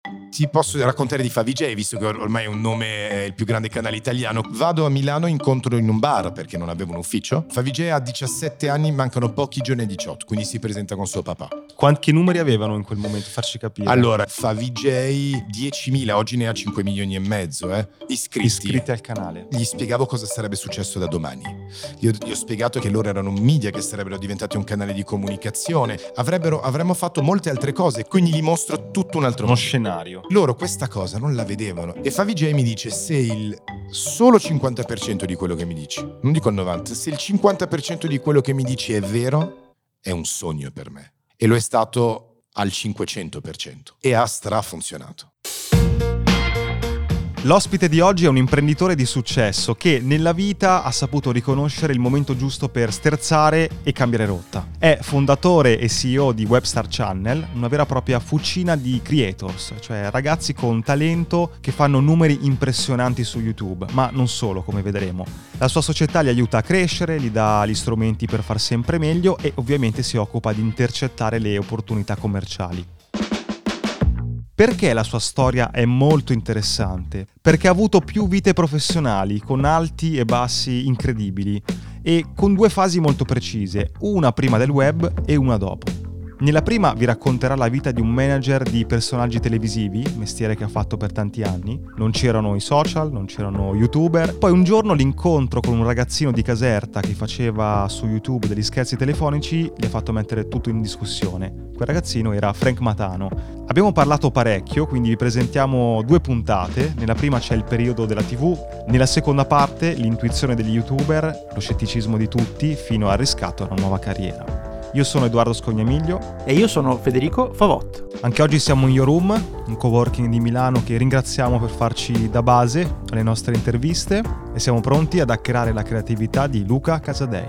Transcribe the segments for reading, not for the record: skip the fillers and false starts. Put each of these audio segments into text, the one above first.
Ti posso raccontare di Favij, visto che ormai è un nome, è il più grande canale italiano. Vado a Milano, incontro in un bar perché non avevo un ufficio. Favij ha 17 anni, mancano pochi giorni a 18, quindi si presenta con suo papà. Quanti numeri avevano in quel momento? Farci capire. Allora, Favij 10.000, oggi ne ha 5 milioni e mezzo iscritti al canale. Gli spiegavo cosa sarebbe successo da domani. Gli ho spiegato che loro erano un media, che sarebbero diventati un canale di comunicazione, avremmo fatto molte altre cose, quindi gli mostro tutto un altro Uno mondo. scenario. Loro questa cosa non la vedevano e Favij mi dice: se il solo 50% di quello che mi dici, non dico il 90%, se il 50% di quello che mi dici è vero, è un sogno per me. E lo è stato al 500% e ha strafunzionato. L'ospite di oggi è un imprenditore di successo che nella vita ha saputo riconoscere il momento giusto per sterzare e cambiare rotta. È fondatore e CEO di Webstar Channel, una vera e propria fucina di creators, cioè ragazzi con talento che fanno numeri impressionanti su YouTube, ma non solo, come vedremo. La sua società li aiuta a crescere, gli dà gli strumenti per far sempre meglio e ovviamente si occupa di intercettare le opportunità commerciali. Perché la sua storia è molto interessante? Perché ha avuto più vite professionali, con alti e bassi incredibili, e con due fasi molto precise, una prima del web e una dopo. Nella prima vi racconterà la vita di un manager di personaggi televisivi, mestiere che ha fatto per tanti anni. Non c'erano i social, non c'erano youtuber. Poi un giorno l'incontro con un ragazzino di Caserta che faceva su YouTube degli scherzi telefonici gli ha fatto mettere tutto in discussione. Quel ragazzino era Frank Matano. Abbiamo parlato parecchio, quindi vi presentiamo due puntate. Nella prima c'è il periodo della TV, nella seconda parte l'intuizione degli youtuber, lo scetticismo di tutti, fino al riscatto a una nuova carriera. Io sono Edoardo Scognamiglio. E io sono Federico Favot. Anche oggi siamo in Your Room, un coworking di Milano che ringraziamo per farci da base alle nostre interviste e siamo pronti ad hackerare la creatività di Luca Casadei.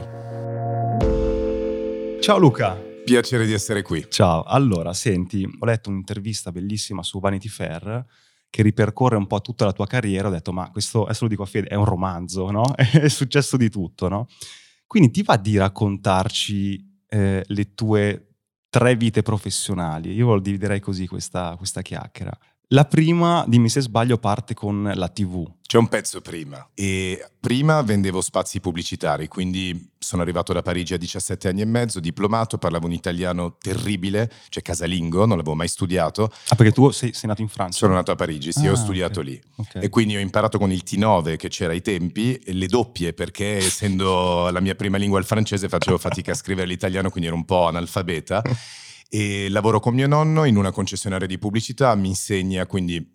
Ciao Luca! Piacere di essere qui. Ciao, allora senti, ho letto un'intervista bellissima su Vanity Fair che ripercorre un po' tutta la tua carriera, ho detto ma questo, adesso lo dico a Fede, è un romanzo, no? È successo di tutto, no? Quindi ti va di raccontarci le tue 3 vite professionali? Io lo dividerei così questa chiacchiera. La prima, dimmi se sbaglio, parte con la TV. C'è un pezzo prima. E prima vendevo spazi pubblicitari, quindi sono arrivato da Parigi a 17 anni e mezzo, diplomato, parlavo un italiano terribile, cioè casalingo, non l'avevo mai studiato. Ah, perché tu sei nato in Francia? Sono nato a Parigi, sì, ho studiato lì. Okay. E quindi ho imparato con il T9 che c'era ai tempi, le doppie, perché essendo la mia prima lingua il francese facevo fatica a scrivere l'italiano, quindi ero un po' analfabeta. E lavoro con mio nonno in una concessionaria di pubblicità, mi insegna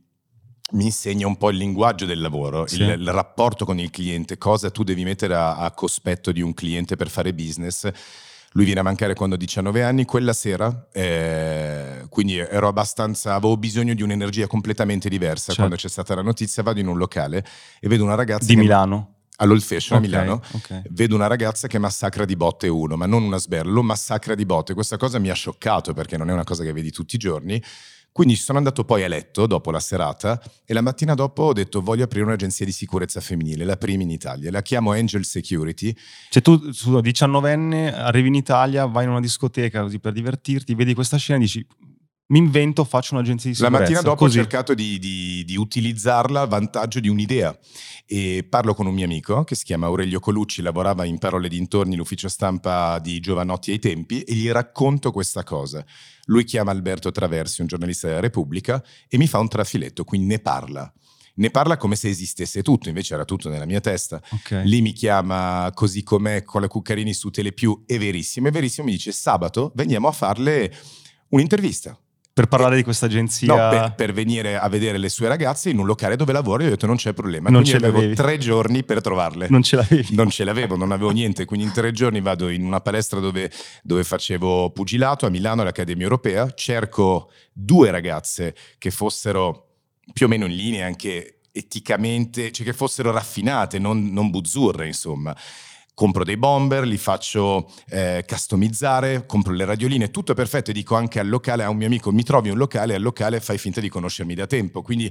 un po' il linguaggio del lavoro, sì. il rapporto con il cliente, cosa tu devi mettere a cospetto di un cliente per fare business. Lui viene a mancare quando ho 19 anni, quella sera, quindi avevo bisogno di un'energia completamente diversa. Certo. Quando c'è stata la notizia vado in un locale e vedo una ragazza di Milano. All'Old Fashion a Milano, vedo una ragazza che massacra di botte uno, ma non una sberla, lo massacra di botte. Questa cosa mi ha scioccato perché non è una cosa che vedi tutti i giorni. Quindi sono andato poi a letto dopo la serata e la mattina dopo ho detto voglio aprire un'agenzia di sicurezza femminile, la prima in Italia, la chiamo Angel Security. Cioè tu, 19enne, arrivi in Italia, vai in una discoteca così per divertirti, vedi questa scena e dici mi invento, faccio un'agenzia di sicurezza. La mattina dopo così. Ho cercato di utilizzarla a vantaggio di un'idea e parlo con un mio amico che si chiama Aurelio Colucci, lavorava in Parole dintorni, l'ufficio stampa di Giovanotti ai tempi, e gli racconto questa cosa. Lui chiama Alberto Traversi, un giornalista della Repubblica, e mi fa un trafiletto, quindi ne parla come se esistesse tutto, invece era tutto nella mia testa. Okay. Lì mi chiama Così com'è con la Cuccarini su Telepiù, è verissimo, mi dice sabato veniamo a farle un'intervista. Per parlare di questa agenzia? No, per venire a vedere le sue ragazze in un locale dove lavoro. Io ho detto non c'è problema. Non quindi avevo 3 giorni per trovarle. Non ce l'avevi? Non ce l'avevo, non avevo niente. Quindi in 3 giorni vado in una palestra dove facevo pugilato a Milano, all'Accademia Europea. Cerco 2 ragazze che fossero più o meno in linea anche eticamente, cioè che fossero raffinate, non buzzurre, insomma. Compro dei bomber, li faccio customizzare, compro le radioline, tutto perfetto, e dico anche al locale, a un mio amico, mi trovi un locale, al locale fai finta di conoscermi da tempo. Quindi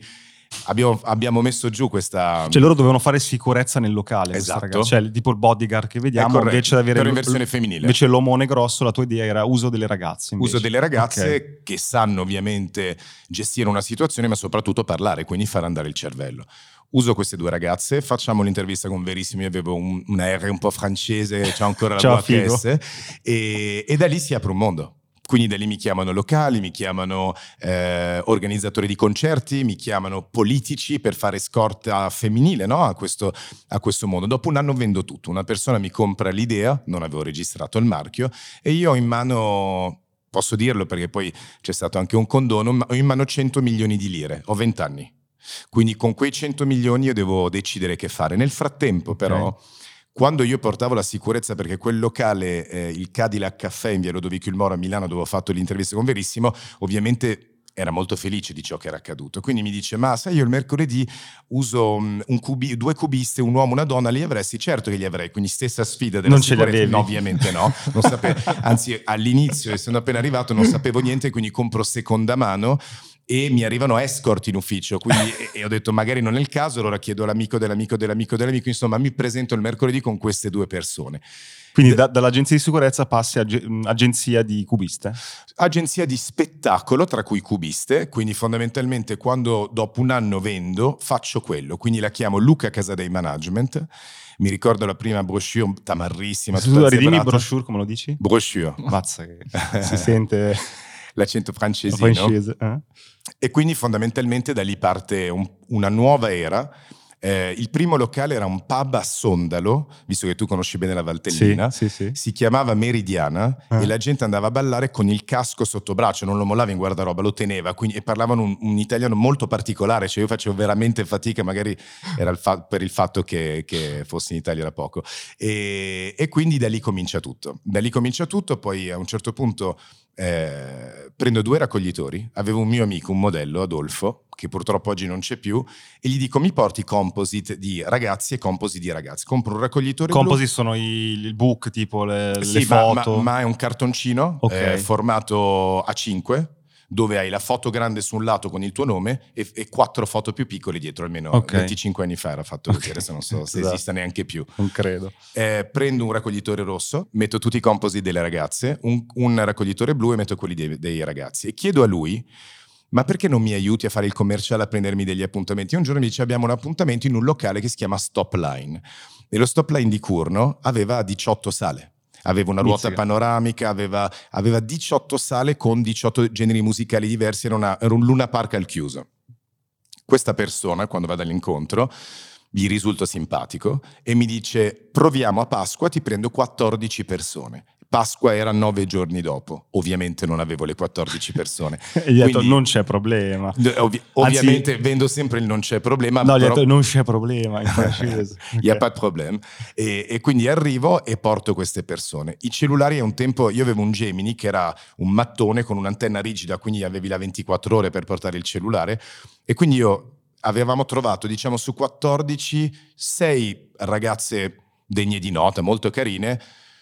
abbiamo messo giù questa... Cioè loro dovevano fare sicurezza nel locale. Esatto. Cioè tipo il bodyguard che vediamo, invece di avere però in versione femminile. Invece l'omone grosso, la tua idea era uso delle ragazze. Invece. Uso delle ragazze che sanno ovviamente gestire una situazione, ma soprattutto parlare, quindi far andare il cervello. Uso queste 2 ragazze, facciamo l'intervista con Verissimo, io avevo una R un po' francese, c'ho ancora la voix HS, e da lì si apre un mondo. Quindi da lì mi chiamano locali, mi chiamano organizzatori di concerti, mi chiamano politici per fare scorta femminile, no? a questo mondo. Dopo un anno vendo tutto, una persona mi compra l'idea, non avevo registrato il marchio, e io ho in mano, posso dirlo perché poi c'è stato anche un condono, ma ho in mano 100 milioni di lire, ho 20 anni. Quindi con quei 100 milioni io devo decidere che fare. Nel frattempo però... Quando io portavo la sicurezza, perché quel locale, il Cadillac Caffè in via Lodovico il Moro a Milano, dove ho fatto l'intervista con Verissimo, ovviamente era molto felice di ciò che era accaduto. Quindi mi dice, ma sai, io il mercoledì uso 2 cubiste, un uomo e una donna, li avresti? Certo che li avrei, quindi stessa sfida della sicurezza. Non ce li avevi? No, ovviamente no. Non anzi, all'inizio, essendo appena arrivato, non sapevo niente, quindi compro seconda mano, e mi arrivano escort in ufficio, quindi e ho detto magari non è il caso, allora chiedo all'amico dell'amico, insomma mi presento il mercoledì con queste 2 persone. Quindi dall'agenzia di sicurezza passi a agenzia di cubiste? Agenzia di spettacolo, tra cui cubiste, quindi fondamentalmente quando dopo un anno vendo, faccio quello, quindi la chiamo Luca Casadei Management. Mi ricordo la prima brochure tamarrissima. Ridimmi brochure, come lo dici? Brochure. Mazza che si sente... L'accento francesino. E quindi fondamentalmente da lì parte una nuova era. Il primo locale era un pub a Sondalo, visto che tu conosci bene la Valtellina, sì. Si chiamava Meridiana e la gente andava a ballare con il casco sotto braccio, non lo mollava in guardaroba, lo teneva, quindi, e parlavano un italiano molto particolare, cioè io facevo veramente fatica, magari era per il fatto che fossi in Italia da poco, e quindi da lì comincia tutto, poi a un certo punto prendo 2 raccoglitori, avevo un mio amico, un modello, Adolfo, che purtroppo oggi non c'è più, e gli dico mi porti composite di ragazzi e composite di ragazzi. Compro un raccoglitore composite blu. Sono il book, tipo le sì, foto? Ma è un cartoncino formato A5, dove hai la foto grande su un lato con il tuo nome e 4 foto più piccole dietro, almeno 25 anni fa era fatto così, adesso non so se esista neanche più. Non credo. Prendo un raccoglitore rosso, metto tutti i composite delle ragazze, un raccoglitore blu e metto quelli dei ragazzi, e chiedo a lui ma perché non mi aiuti a fare il commerciale, a prendermi degli appuntamenti? Un giorno mi dice abbiamo un appuntamento in un locale che si chiama Stop Line, e lo Stop Line di Curno aveva 18 sale. Aveva una ruota panoramica, aveva 18 sale con 18 generi musicali diversi, era un Luna Park al chiuso. Questa persona, quando vado all'incontro, gli risulto simpatico e mi dice proviamo a Pasqua, ti prendo 14 persone. Pasqua era 9 giorni dopo, ovviamente non avevo le 14 persone. E gli ho detto non c'è problema. Ovviamente vendo sempre il non c'è problema. No, gli ho detto non c'è problema in francese. Y a pas de problème. E quindi arrivo e porto queste persone. I cellulari a un tempo, io avevo un Gemini che era un mattone con un'antenna rigida, quindi avevi la 24 ore per portare il cellulare, e quindi avevamo trovato, diciamo, su 14, 6 ragazze degne di nota, molto carine,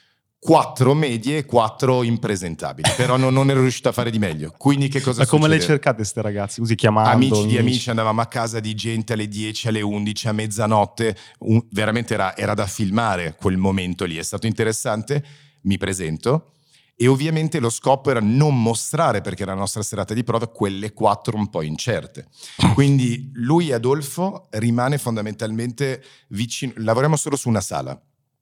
4 medie e 4 impresentabili, però non ero riuscito a fare di meglio. Quindi che cosa succede? Ma come le cercate queste ragazze? Così chiamando? Amici di amici, andavamo a casa di gente alle 10, alle 11, a mezzanotte, veramente era da filmare quel momento lì, è stato interessante, mi presento e ovviamente lo scopo era non mostrare, perché era la nostra serata di prova, quelle 4 un po' incerte. Quindi lui, Adolfo, rimane fondamentalmente vicino, lavoriamo solo su una sala.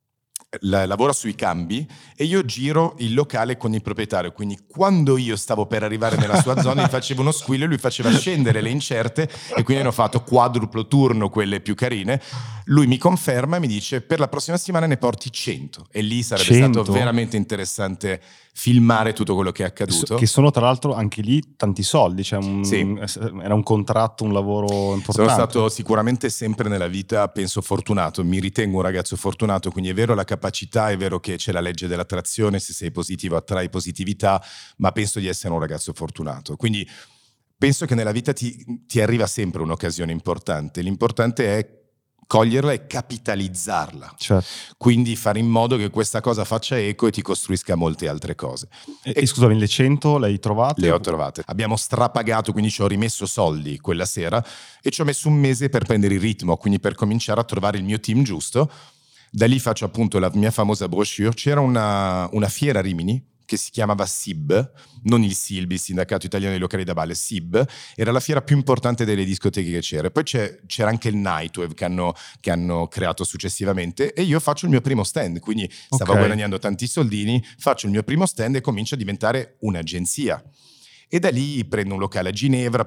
Lavora sui cambi e io giro il locale con il proprietario, quindi quando io stavo per arrivare nella sua zona gli facevo uno squillo e lui faceva scendere le incerte, e quindi hanno fatto quadruplo turno quelle più carine. Lui mi conferma e mi dice per la prossima settimana ne porti 100, e lì sarebbe stato veramente interessante filmare tutto quello che è accaduto, che sono tra l'altro anche lì tanti soldi, cioè era un contratto, un lavoro importante. Sono stato sicuramente sempre nella vita, penso, fortunato, mi ritengo un ragazzo fortunato, quindi è vero la capacità, è vero che c'è la legge dell'attrazione, se sei positivo attrai positività, ma penso di essere un ragazzo fortunato, quindi penso che nella vita ti arriva sempre un'occasione importante, l'importante è coglierla e capitalizzarla. Certo. Quindi fare in modo che questa cosa faccia eco e ti costruisca molte altre cose. E scusami, le 100 le hai trovate? Le ho trovate. Abbiamo strapagato, quindi ci ho rimesso soldi quella sera e ci ho messo un mese per prendere il ritmo, quindi per cominciare a trovare il mio team giusto. Da lì faccio appunto la mia famosa brochure. C'era una fiera a Rimini che si chiamava SIB, non il SILB, il Sindacato Italiano dei Locali da Balle, SIB, era la fiera più importante delle discoteche che c'era. Poi c'era anche il Nightwave che hanno creato successivamente, e io faccio il mio primo stand, quindi stavo guadagnando tanti soldini, faccio il mio primo stand e comincio a diventare un'agenzia. E da lì prendo un locale a Ginevra,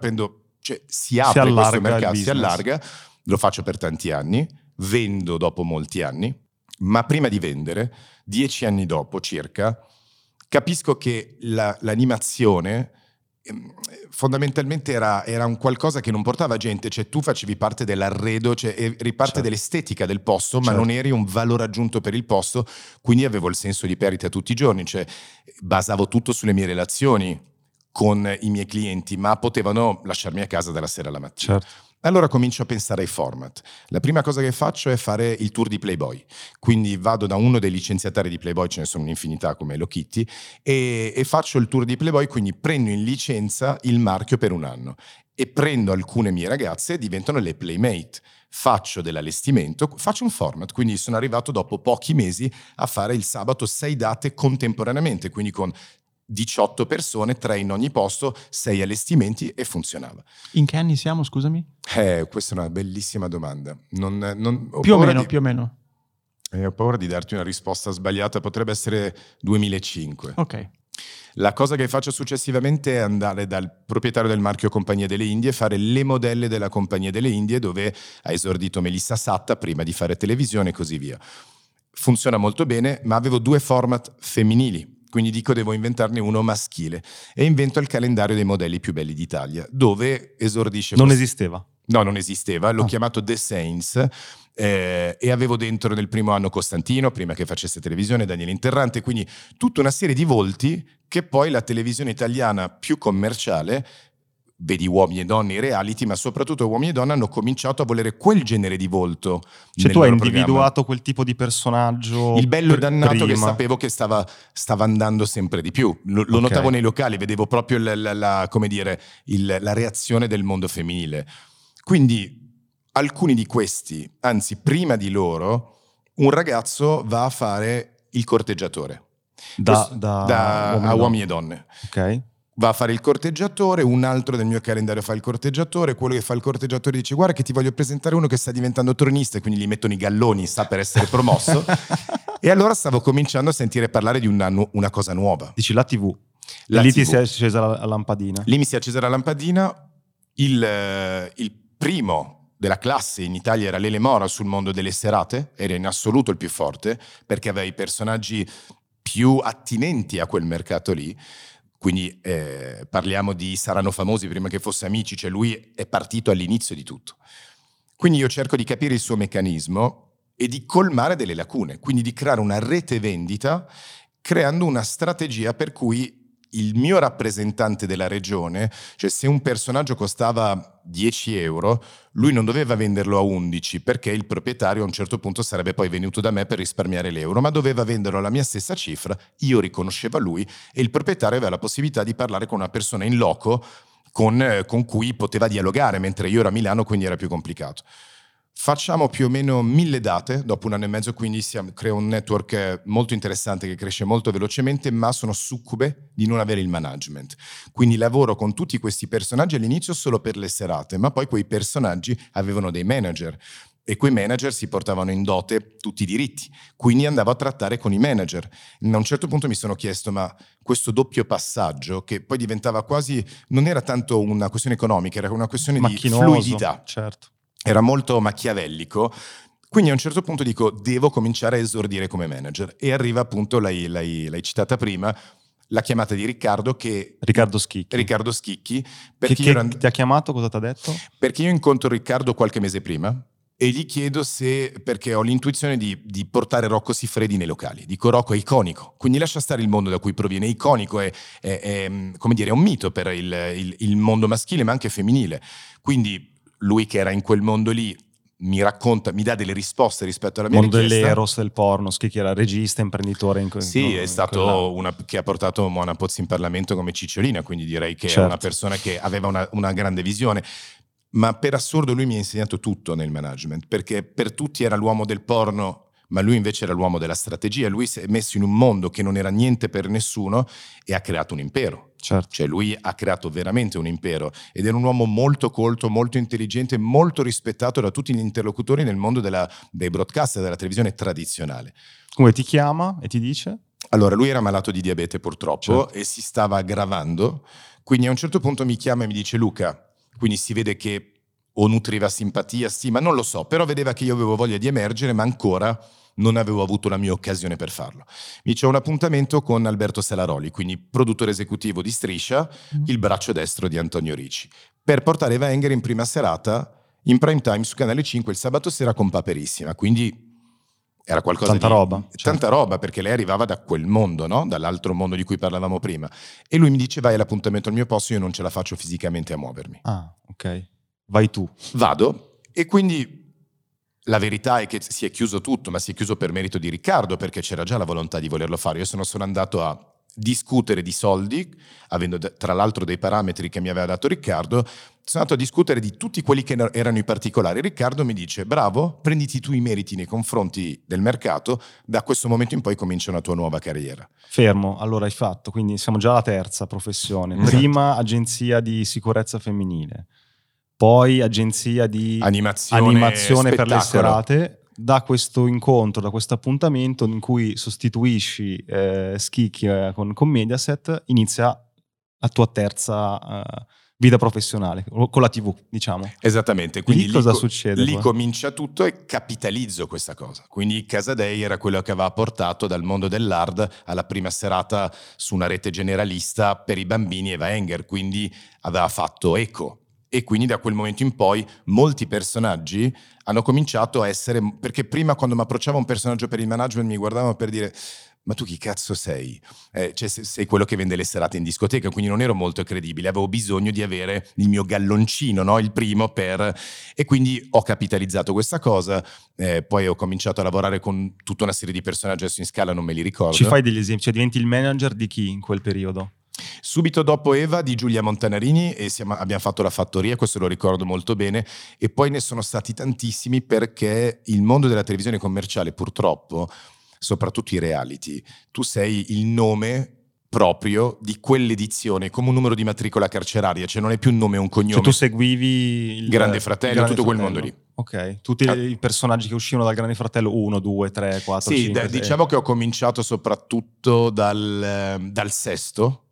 si apre questo mercato, si allarga, lo faccio per tanti anni, vendo dopo molti anni, ma prima di vendere, 10 anni dopo circa, capisco che l'animazione fondamentalmente era un qualcosa che non portava gente, cioè tu facevi parte dell'arredo, eri parte dell'estetica del posto, ma non eri un valore aggiunto per il posto, quindi avevo il senso di perdita tutti i giorni, cioè basavo tutto sulle mie relazioni con i miei clienti, ma potevano lasciarmi a casa dalla sera alla mattina. Certo. Allora comincio a pensare ai format. La prima cosa che faccio è fare il tour di Playboy, quindi vado da uno dei licenziatari di Playboy, ce ne sono un'infinità come Hello Kitty, e faccio il tour di Playboy, quindi prendo in licenza il marchio per un anno e prendo alcune mie ragazze e diventano le Playmate. Faccio dell'allestimento, faccio un format, quindi sono arrivato dopo pochi mesi a fare il sabato 6 date contemporaneamente, quindi con 18 persone, 3 in ogni posto, 6 allestimenti, e funzionava. In che anni siamo, scusami? Questa è una bellissima domanda. Più o meno. Ho paura di darti una risposta sbagliata, potrebbe essere 2005. Ok. La cosa che faccio successivamente è andare dal proprietario del marchio Compagnia delle Indie, fare le modelle della Compagnia delle Indie, dove ha esordito Melissa Satta prima di fare televisione e così via. Funziona molto bene, ma avevo 2 format femminili. Quindi dico, devo inventarne uno maschile, e invento il calendario dei modelli più belli d'Italia, dove esordisce... Non esisteva? No, non esisteva, l'ho chiamato The Saints, e avevo dentro nel primo anno Costantino, prima che facesse televisione, Daniele Interrante, quindi tutta una serie di volti che poi la televisione italiana più commerciale, vedi Uomini e Donne, i reality, ma soprattutto Uomini e Donne, hanno cominciato a volere quel genere di volto. Cioè tu hai individuato quel tipo di personaggio. Il bello e dannato prima, che sapevo che stava andando sempre di più. Lo notavo nei locali, vedevo proprio la reazione del mondo femminile. Quindi alcuni di questi, anzi prima di loro, un ragazzo va a fare il corteggiatore a Uomini e Donne. Ok. Va a fare il corteggiatore, un altro del mio calendario fa il corteggiatore, quello che fa il corteggiatore dice: guarda che ti voglio presentare uno che sta diventando tronista, e quindi gli mettono i galloni, sta per essere promosso. E allora stavo cominciando a sentire parlare di una cosa nuova. Dici la TV. Lì ti si è accesa la lampadina. Lì mi si è accesa la lampadina. Il primo della classe in Italia era Lele Mora sul mondo delle serate, era in assoluto il più forte, perché aveva i personaggi più attinenti a quel mercato lì. Quindi parliamo di Saranno Famosi prima che fosse Amici, cioè lui è partito all'inizio di tutto. Quindi io cerco di capire il suo meccanismo e di colmare delle lacune, quindi di creare una rete vendita, creando una strategia per cui il mio rappresentante della regione, cioè se un personaggio costava 10 euro, lui non doveva venderlo a 11, perché il proprietario a un certo punto sarebbe poi venuto da me per risparmiare l'euro, ma doveva venderlo alla mia stessa cifra, io riconoscevo lui, e il proprietario aveva la possibilità di parlare con una persona in loco con cui poteva dialogare, mentre io ero a Milano, quindi era più complicato. Facciamo più o meno 1000 date dopo un anno e mezzo, quindi creo un network molto interessante che cresce molto velocemente, ma sono succube di non avere il management. Quindi lavoro con tutti questi personaggi all'inizio solo per le serate, ma poi quei personaggi avevano dei manager e quei manager si portavano in dote tutti i diritti, quindi andavo a trattare con i manager. A un certo punto mi sono chiesto, ma questo doppio passaggio, che poi diventava quasi, non era tanto una questione economica, era una questione di fluidità. Certo. Era molto machiavellico, quindi a un certo punto dico, devo cominciare a esordire come manager, e arriva appunto, l'hai citata prima, la chiamata di Riccardo Schicchi. Perché ti ha chiamato, cosa ti ha detto? Perché io incontro Riccardo qualche mese prima e gli chiedo perché ho l'intuizione di portare Rocco Siffredi nei locali. Dico, Rocco è iconico, quindi lascia stare il mondo da cui proviene. Iconico è come dire, è un mito per il mondo maschile ma anche femminile, quindi lui che era in quel mondo lì mi racconta, mi dà delle risposte rispetto alla mia richiesta. Mondo dell'eros del porno, Schicchi era regista, imprenditore. È stato che ha portato Mona Pozzi in Parlamento come cicciolina, quindi direi che è una persona che aveva una grande visione. Ma per assurdo lui mi ha insegnato tutto nel management, perché per tutti era l'uomo del porno, ma lui invece era l'uomo della strategia. Lui si è messo in un mondo che non era niente per nessuno e ha creato un impero. Cioè lui ha creato veramente un impero ed era un uomo molto colto, molto intelligente, molto rispettato da tutti gli interlocutori nel mondo dei broadcast e della televisione tradizionale. Come ti chiama e ti dice? Allora, lui era malato di diabete purtroppo e si stava aggravando, quindi a un certo punto mi chiama e mi dice: Luca, quindi si vede che o nutriva simpatia, sì, ma non lo so, però vedeva che io avevo voglia di emergere, ma ancora non avevo avuto la mia occasione per farlo. Mi c'è un appuntamento con Alberto Salaroli, quindi produttore esecutivo di Striscia, il braccio destro di Antonio Ricci, per portare Eva Enger in prima serata in prime time su Canale 5 il sabato sera con Paperissima, quindi era qualcosa tanta roba. Tanta roba, perché lei arrivava da quel mondo, no? Dall'altro mondo di cui parlavamo prima. E lui mi dice: vai all'appuntamento al mio posto, io non ce la faccio fisicamente a muovermi. Ah, ok. Vai tu. Vado, e quindi la verità è che si è chiuso tutto, ma si è chiuso per merito di Riccardo, perché c'era già la volontà di volerlo fare. Io sono andato a discutere di soldi, avendo tra l'altro dei parametri che mi aveva dato Riccardo. Sono andato a discutere di tutti quelli che erano i particolari. Riccardo mi dice: bravo, prenditi tu i meriti nei confronti del mercato, da questo momento in poi comincia una tua nuova carriera. Fermo, allora hai fatto, quindi siamo già alla terza professione. Prima agenzia di sicurezza femminile, poi agenzia di animazione per le serate. Da questo incontro, da questo appuntamento in cui sostituisci Schicchi con Mediaset, inizia la tua terza vita professionale, con la TV, diciamo. Esattamente. Quindi lì cosa succede? Lì comincia tutto e capitalizzo questa cosa. Quindi Casadei era quello che aveva portato dal mondo dell'hard alla prima serata su una rete generalista per i bambini Eva Enger, quindi aveva fatto eco. E quindi da quel momento in poi molti personaggi hanno cominciato a essere, perché prima quando mi approcciava un personaggio per il management mi guardavano per dire: ma tu chi cazzo sei? Cioè, sei quello che vende le serate in discoteca, quindi non ero molto credibile, avevo bisogno di avere il mio galloncino, no? Il primo e quindi ho capitalizzato questa cosa, poi ho cominciato a lavorare con tutta una serie di personaggi, adesso in scala non me li ricordo. Ci fai degli esempi? Cioè diventi il manager di chi in quel periodo? Subito dopo Eva di Giulia Montanarini e abbiamo fatto La Fattoria, questo lo ricordo molto bene, e poi ne sono stati tantissimi, perché il mondo della televisione commerciale purtroppo, soprattutto i reality, tu sei il nome proprio di quell'edizione, come un numero di matricola carceraria, cioè non è più un nome e un cognome. Cioè tu seguivi il Grande Fratello, tutto quel mondo lì. Ok, tutti i personaggi che uscivano dal Grande Fratello, 1, 2, 3, 4, sì, 5, diciamo che ho cominciato soprattutto dal sesto,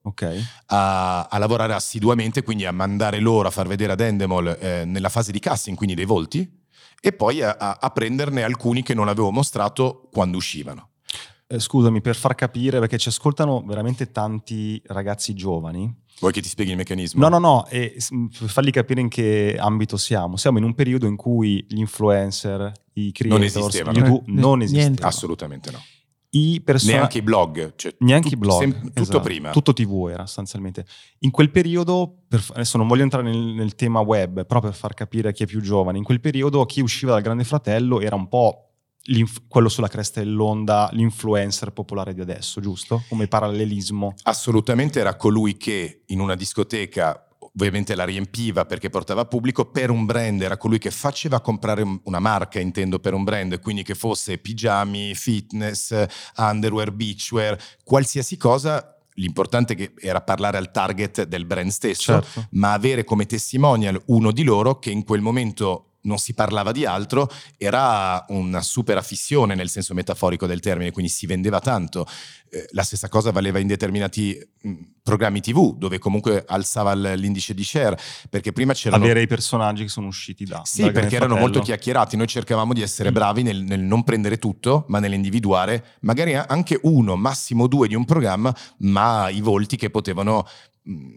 a lavorare assiduamente, quindi a mandare loro, a far vedere ad Endemol nella fase di casting, quindi dei volti, e poi a prenderne alcuni che non avevo mostrato quando uscivano. Scusami, per far capire, perché ci ascoltano veramente tanti ragazzi giovani. Vuoi che ti spieghi il meccanismo? No, e per fargli capire in che ambito siamo. Siamo in un periodo in cui gli influencer, i creators, non esistevano. YouTube non esistevano. Assolutamente no. Neanche i blog. Cioè neanche i blog. Tutto prima. Tutto TV era sostanzialmente. In quel periodo, adesso non voglio entrare nel tema web, però per far capire a chi è più giovane, in quel periodo chi usciva dal Grande Fratello era un po' quello sulla cresta dell'onda, l'influencer popolare di adesso, giusto? Come parallelismo. Assolutamente, era colui che in una discoteca ovviamente la riempiva perché portava pubblico, per un brand era colui che faceva comprare una marca, intendo, per un brand, quindi che fosse pigiami, fitness, underwear, beachwear, qualsiasi cosa. L'importante era parlare al target del brand stesso, certo, ma avere come testimonial uno di loro che in quel momento non si parlava di altro, era una super affissione nel senso metaforico del termine, quindi si vendeva tanto. La stessa cosa valeva in determinati programmi TV, dove comunque alzava l'indice di share, perché prima c'erano... Avere i personaggi che sono usciti Sì, perché erano molto chiacchierati, noi cercavamo di essere bravi nel non prendere tutto, ma nell'individuare magari anche uno, massimo due di un programma, ma i volti che potevano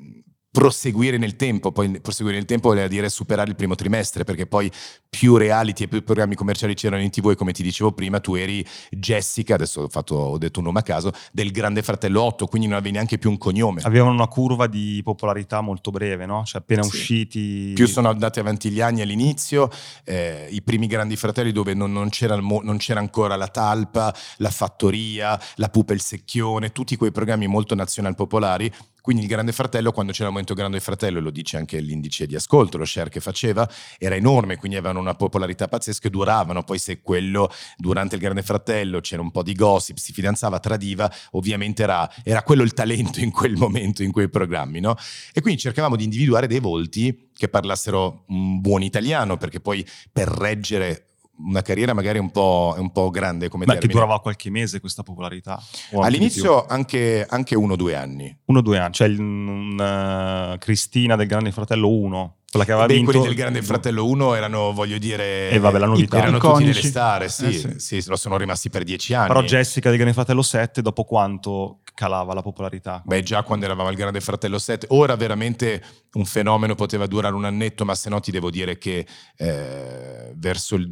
proseguire nel tempo. Poi proseguire nel tempo voleva dire superare il primo trimestre, perché poi più reality e più programmi commerciali c'erano in TV, e come ti dicevo prima tu eri Jessica, adesso ho detto un nome a caso, del Grande Fratello 8, quindi non avevi neanche più un cognome. Avevano una curva di popolarità molto breve, no? Cioè appena usciti... Più sono andati avanti gli anni all'inizio, i primi Grandi Fratelli dove non c'era ancora la talpa, la fattoria, la pupa e il secchione, tutti quei programmi molto nazional popolari. Quindi il Grande Fratello, quando c'era il momento Grande Fratello, e lo dice anche l'indice di ascolto, lo share che faceva, era enorme, quindi avevano una popolarità pazzesca e duravano. Poi se quello durante il Grande Fratello c'era un po' di gossip, si fidanzava, tradiva, ovviamente era quello il talento in quel momento, in quei programmi, no? E quindi cercavamo di individuare dei volti che parlassero un buon italiano, perché poi per reggere una carriera magari un po' grande come termine. Che durava qualche mese questa popolarità? All'inizio anche 1 o 2 anni. 1 o 2 anni, cioè Cristina del Grande Fratello 1, quella che aveva vinto. Quelli del Grande Fratello 1 erano, voglio dire, la novità. Erano tutti delle star, sì, lo sono rimasti per 10 anni. Però Jessica del Grande Fratello 7, dopo quanto calava la popolarità? Già quando eravamo al Grande Fratello 7, ora veramente un fenomeno poteva durare un annetto, ma se no ti devo dire che verso il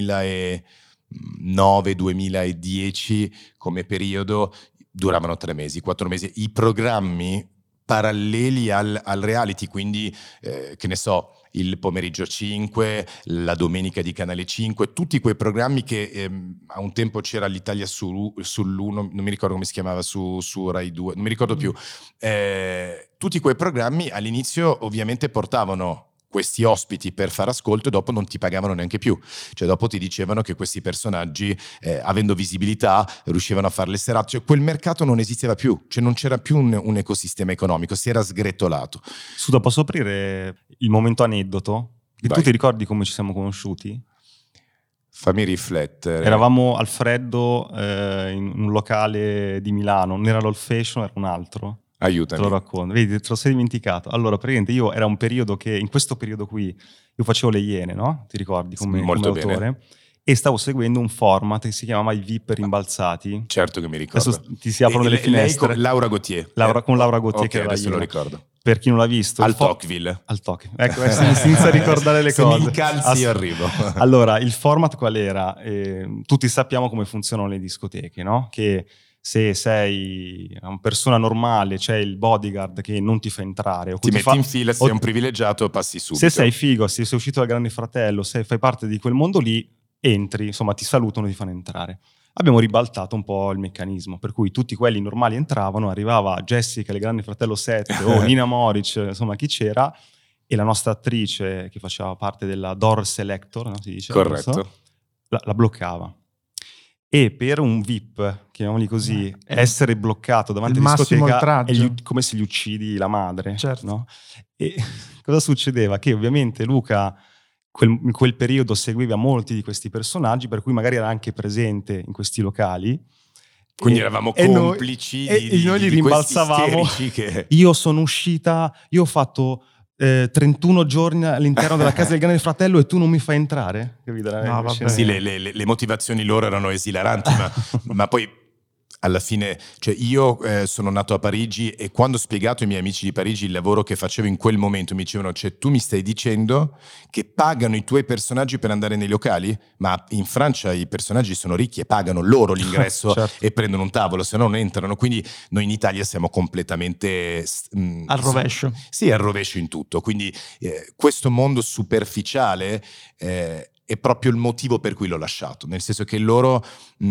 2009-2010 come periodo duravano 3 mesi, 4 mesi. I programmi paralleli al reality, quindi che ne so, il pomeriggio 5, la domenica di Canale 5, tutti quei programmi che a un tempo c'era l'Italia sull'1, non mi ricordo come si chiamava, su Rai 2, non mi ricordo più. Tutti quei programmi all'inizio ovviamente portavano questi ospiti per fare ascolto e dopo non ti pagavano neanche più, cioè dopo ti dicevano che questi personaggi avendo visibilità riuscivano a fare le serate, cioè quel mercato non esisteva più, cioè non c'era più un ecosistema economico, si era sgretolato. Suda, posso aprire il momento aneddoto? E tu ti ricordi come ci siamo conosciuti? Fammi riflettere. Eravamo al freddo in un locale di Milano, non era l'Old Fashion, era un altro. Aiutami. Te lo racconto. Vedi, te lo sei dimenticato. Allora, praticamente era un periodo che, in questo periodo qui, io facevo le Iene, no? Ti ricordi? Come autore. Bene. E stavo seguendo un format che si chiamava I VIP rimbalzati. Certo che mi ricordo. Adesso ti si aprono le finestre. Lei con Laura Gautier. Con Laura Gautier, che adesso lo ricordo. Per chi non l'ha visto. Al Tocqueville. Ecco, senza ricordare le cose. Se mi incalzi io arrivo. Allora, il format qual era? Tutti sappiamo come funzionano le discoteche, no? Che se sei una persona normale, c'è il bodyguard che non ti fa entrare. O ti metti in fila, se sei un privilegiato passi subito. Se sei figo, se sei uscito dal Grande Fratello, se fai parte di quel mondo lì, entri, insomma ti salutano e ti fanno entrare. Abbiamo ribaltato un po' il meccanismo, per cui tutti quelli normali entravano, arrivava Jessica, il Grande Fratello 7, o Nina Moric, insomma chi c'era, e la nostra attrice che faceva parte della Door Selector, no, si dice? Corretto. La bloccava. E per un VIP, chiamiamoli così, essere bloccato davanti alla discoteca è come se gli uccidi la madre. Certo. No? E cosa succedeva? Che ovviamente Luca in quel periodo seguiva molti di questi personaggi, per cui magari era anche presente in questi locali. Quindi eravamo complici e noi li rimbalzavamo. Che... Io sono uscita, io ho fatto 31 giorni all'interno della casa del Grande Fratello e tu non mi fai entrare? No, sì, le motivazioni loro erano esilaranti, ma poi alla fine, cioè io sono nato a Parigi e quando ho spiegato ai miei amici di Parigi il lavoro che facevo in quel momento, mi dicevano, cioè tu mi stai dicendo che pagano i tuoi personaggi per andare nei locali? Ma in Francia i personaggi sono ricchi e pagano loro l'ingresso certo. E prendono un tavolo, se no non entrano. Quindi noi in Italia siamo completamente al rovescio. Sì, al rovescio in tutto. Quindi questo mondo superficiale è proprio il motivo per cui l'ho lasciato, nel senso che loro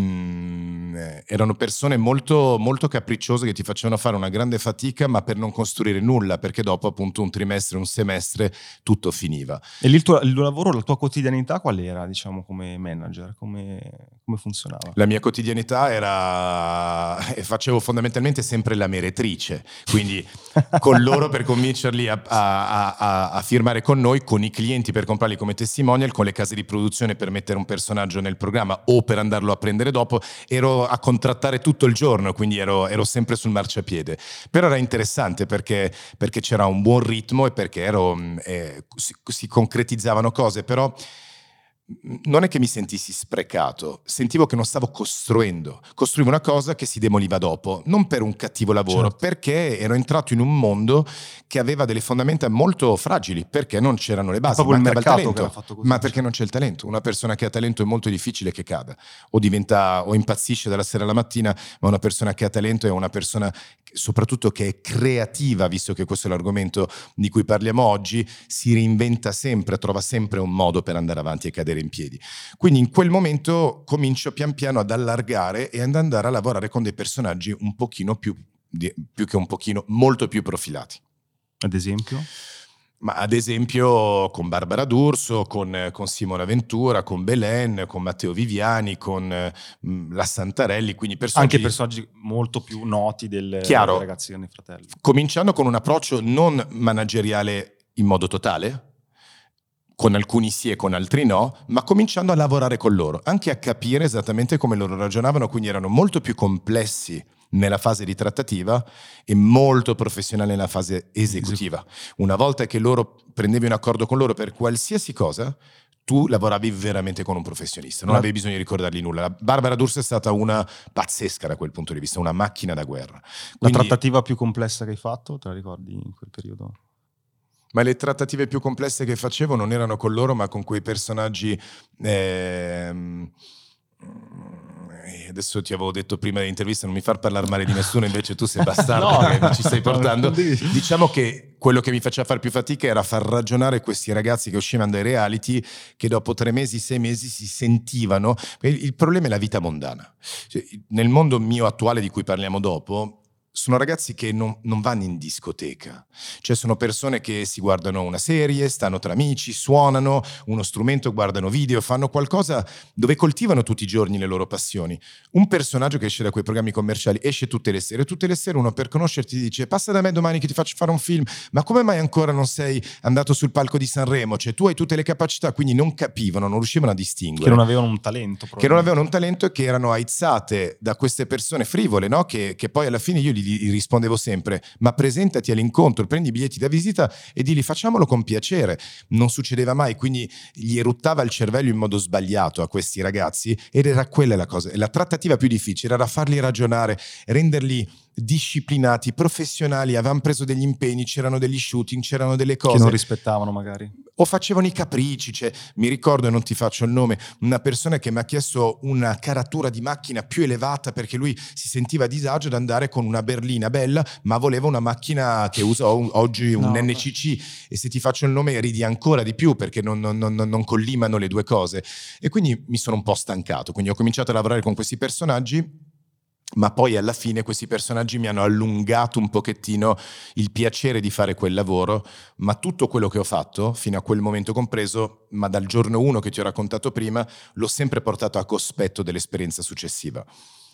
erano persone molto, molto capricciose che ti facevano fare una grande fatica ma per non costruire nulla, perché dopo appunto un trimestre, un semestre tutto finiva. E il tuo lavoro, la tua quotidianità qual era, diciamo, come manager? Come funzionava? La mia quotidianità era facevo fondamentalmente sempre la meretrice, quindi con loro per convincerli a firmare con noi, con i clienti per comprarli come testimonial, con le case di produzione per mettere un personaggio nel programma o per andarlo a prendere dopo. Ero a contrattare tutto il giorno, quindi ero sempre sul marciapiede, però era interessante perché c'era un buon ritmo e perché si concretizzavano cose. Però non è che mi sentissi sprecato, sentivo che non stavo costruivo una cosa che si demoliva dopo, non per un cattivo lavoro, perché ero entrato in un mondo che aveva delle fondamenta molto fragili, perché non c'erano le basi, mancava il talento, ma perché non c'è il talento. Una persona che ha talento è molto difficile che cada, o impazzisce dalla sera alla mattina, ma una persona che ha talento è una persona soprattutto che è creativa, visto che questo è l'argomento di cui parliamo oggi, si reinventa sempre, trova sempre un modo per andare avanti e cadere in piedi. Quindi in quel momento comincio pian piano ad allargare e ad andare a lavorare con dei personaggi un pochino più che un pochino, molto più profilati. Ad esempio? Ma ad esempio con Barbara D'Urso, con Simona Ventura, con Belen, con Matteo Viviani, con la Santarelli, quindi anche personaggi molto più noti delle ragazze dei Fratelli. Cominciando con un approccio non manageriale in modo totale, con alcuni sì e con altri no, ma cominciando a lavorare con loro, anche a capire esattamente come loro ragionavano, quindi erano molto più complessi nella fase di trattativa e molto professionali nella fase esecutiva. Una volta che loro prendevi un accordo con loro per qualsiasi cosa, tu lavoravi veramente con un professionista, non avevi bisogno di ricordargli nulla. Barbara D'Urso è stata una pazzesca da quel punto di vista, una macchina da guerra. Quindi, la trattativa più complessa che hai fatto, te la ricordi in quel periodo? Ma le trattative più complesse che facevo non erano con loro, ma con quei personaggi... Adesso ti avevo detto prima dell'intervista non mi far parlare male di nessuno, invece tu sei bastardo che mi ci stai portando. Diciamo che quello che mi faceva fare più fatica era far ragionare questi ragazzi che uscivano dai reality, che dopo 3 mesi, 6 mesi si sentivano. Il problema è la vita mondana. Cioè, nel mondo mio attuale di cui parliamo dopo, sono ragazzi che non vanno in discoteca, cioè sono persone che si guardano una serie, stanno tra amici, suonano uno strumento, guardano video, fanno qualcosa dove coltivano tutti i giorni le loro passioni. Un personaggio che esce da quei programmi commerciali esce tutte le sere uno per conoscerti dice passa da me domani che ti faccio fare un film, ma come mai ancora non sei andato sul palco di Sanremo? Cioè tu hai tutte le capacità, quindi non capivano, non riuscivano a distinguere. Che non avevano un talento. Che non avevano un talento e che erano aizzate da queste persone frivole, no? Che poi alla fine io gli rispondevo sempre ma presentati all'incontro, prendi i biglietti da visita e digli facciamolo con piacere. Non succedeva mai, quindi gli eruttava il cervello in modo sbagliato a questi ragazzi ed era quella la cosa. La trattativa più difficile era farli ragionare, renderli disciplinati, professionali, avevano preso degli impegni, c'erano degli shooting, c'erano delle cose che non rispettavano magari o facevano i capricci. Cioè, mi ricordo, e non ti faccio il nome, una persona che mi ha chiesto una caratura di macchina più elevata perché lui si sentiva a disagio ad andare con una berlina bella, ma voleva una macchina che usa oggi un NCC, e se ti faccio il nome ridi ancora di più perché non collimano le due cose. E quindi mi sono un po' stancato, quindi ho cominciato a lavorare con questi personaggi, ma poi alla fine questi personaggi mi hanno allungato un pochettino il piacere di fare quel lavoro, ma tutto quello che ho fatto fino a quel momento compreso, ma dal giorno 1 che ti ho raccontato prima, l'ho sempre portato a cospetto dell'esperienza successiva.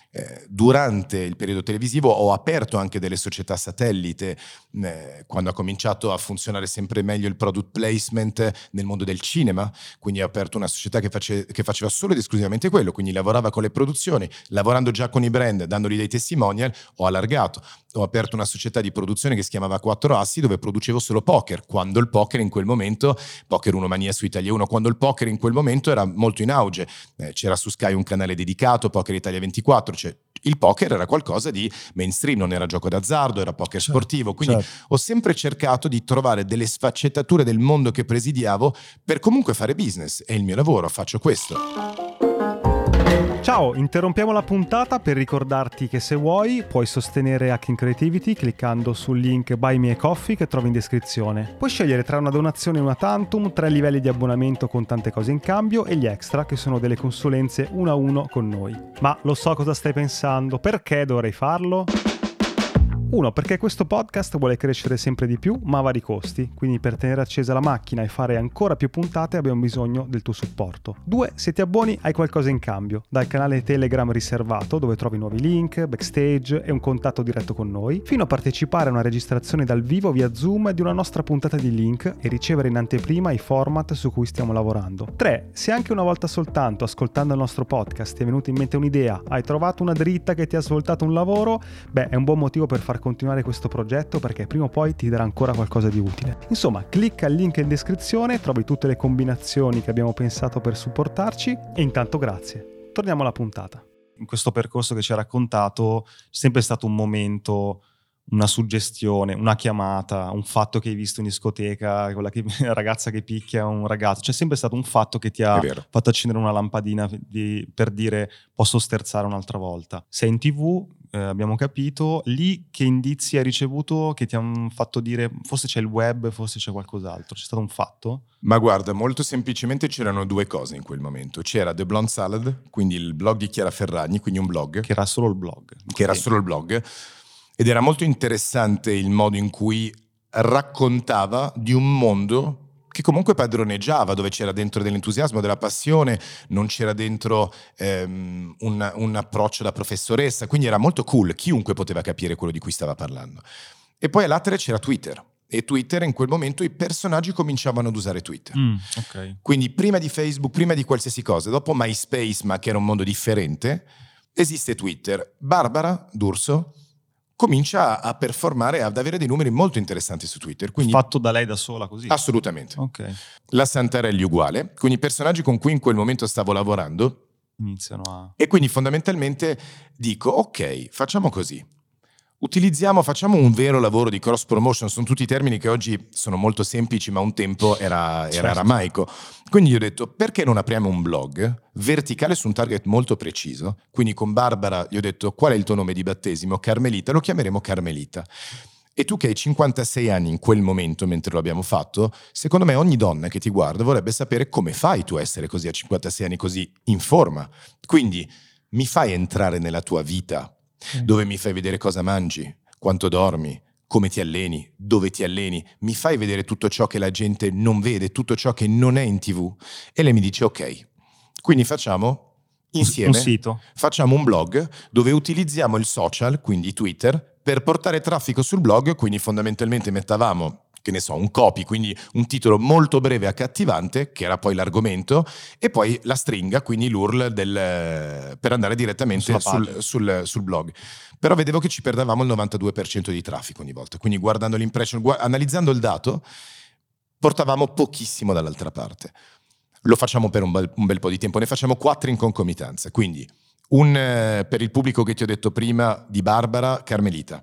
Durante il periodo televisivo ho aperto anche delle società satellite, quando ha cominciato a funzionare sempre meglio il product placement nel mondo del cinema, quindi ho aperto una società che faceva solo ed esclusivamente quello, quindi lavorava con le produzioni, lavorando già con i brand, dandogli dei testimonial, ho allargato. Ho aperto una società di produzione che si chiamava Quattro Assi, dove producevo solo poker, quando il poker in quel momento, Poker 1 Mania su Italia 1, quando il poker in quel momento era molto in auge, c'era su Sky un canale dedicato, Poker Italia 24, cioè il poker era qualcosa di mainstream, non era gioco d'azzardo, era poker sportivo, quindi ho sempre cercato di trovare delle sfaccettature del mondo che presidiavo per comunque fare business, è il mio lavoro, faccio questo. Ciao, interrompiamo la puntata per ricordarti che se vuoi puoi sostenere Hacking Creativity cliccando sul link Buy Me a Coffee che trovi in descrizione. Puoi scegliere tra una donazione e una tantum, 3 livelli di abbonamento con tante cose in cambio e gli extra che sono delle consulenze 1 a 1 con noi. Ma lo so cosa stai pensando, perché dovrei farlo? 1. Perché questo podcast vuole crescere sempre di più, ma a vari costi, quindi per tenere accesa la macchina e fare ancora più puntate abbiamo bisogno del tuo supporto. 2. Se ti abboni hai qualcosa in cambio, dal canale Telegram riservato dove trovi nuovi link, backstage e un contatto diretto con noi, fino a partecipare a una registrazione dal vivo via Zoom di una nostra puntata di Link e ricevere in anteprima i format su cui stiamo lavorando. 3. Se anche una volta soltanto ascoltando il nostro podcast ti è venuta in mente un'idea, hai trovato una dritta che ti ha svoltato un lavoro, è un buon motivo per far a continuare questo progetto, perché prima o poi ti darà ancora qualcosa di utile. Insomma, clicca il link in descrizione, trovi tutte le combinazioni che abbiamo pensato per supportarci e intanto grazie. Torniamo alla puntata. In questo percorso che ci ha raccontato c'è sempre stato un momento, una suggestione, una chiamata, un fatto che hai visto in discoteca, quella ragazza che picchia un ragazzo. C'è sempre stato un fatto che ti ha fatto accendere una lampadina per dire posso sterzare un'altra volta. Sei in TV, abbiamo capito, lì che indizi hai ricevuto che ti hanno fatto dire forse c'è il web, forse c'è qualcos'altro? C'è stato un fatto? Ma guarda, molto semplicemente c'erano due cose in quel momento. C'era The Blonde Salad, quindi il blog di Chiara Ferragni, quindi un blog. Che era solo il blog. Che era solo il blog. Ed era molto interessante il modo in cui raccontava di un mondo che comunque padroneggiava, dove c'era dentro dell'entusiasmo, della passione, non c'era dentro un approccio da professoressa, quindi era molto cool, chiunque poteva capire quello di cui stava parlando. E poi all'altro c'era Twitter, e Twitter in quel momento i personaggi cominciavano ad usare Twitter. Okay. Quindi prima di Facebook, prima di qualsiasi cosa, dopo MySpace, ma che era un mondo differente, esiste Twitter. Barbara D'Urso comincia a performare, ad avere dei numeri molto interessanti su Twitter. Quindi, fatto da lei da sola così? Assolutamente. Okay. La Santarelli uguale, quindi i personaggi con cui in quel momento stavo lavorando iniziano a... E quindi fondamentalmente dico, ok, facciamo così. Facciamo un vero lavoro di cross promotion. Sono tutti termini che oggi sono molto semplici, ma un tempo era aramaico. Quindi io ho detto, perché non apriamo un blog verticale su un target molto preciso? Quindi con Barbara gli ho detto, qual è il tuo nome di battesimo? Carmelita, lo chiameremo Carmelita. E tu che hai 56 anni in quel momento, mentre lo abbiamo fatto, secondo me ogni donna che ti guarda vorrebbe sapere come fai tu a essere così a 56 anni, così in forma. Quindi mi fai entrare nella tua vita, dove mi fai vedere cosa mangi, quanto dormi, come ti alleni, dove ti alleni, mi fai vedere tutto ciò che la gente non vede, tutto ciò che non è in TV. E lei mi dice ok, quindi facciamo insieme un sito, facciamo un blog dove utilizziamo il social, quindi Twitter, per portare traffico sul blog. Quindi fondamentalmente mettavamo, che ne so, un copy, quindi un titolo molto breve e accattivante, che era poi l'argomento, e poi la stringa, quindi l'URL per andare direttamente sul blog. Però vedevo che ci perdevamo il 92% di traffico ogni volta, quindi guardando l'impression, analizzando il dato, portavamo pochissimo dall'altra parte. Lo facciamo per un bel po' di tempo, ne facciamo 4 in concomitanza, quindi per il pubblico che ti ho detto prima di Barbara, Carmelita.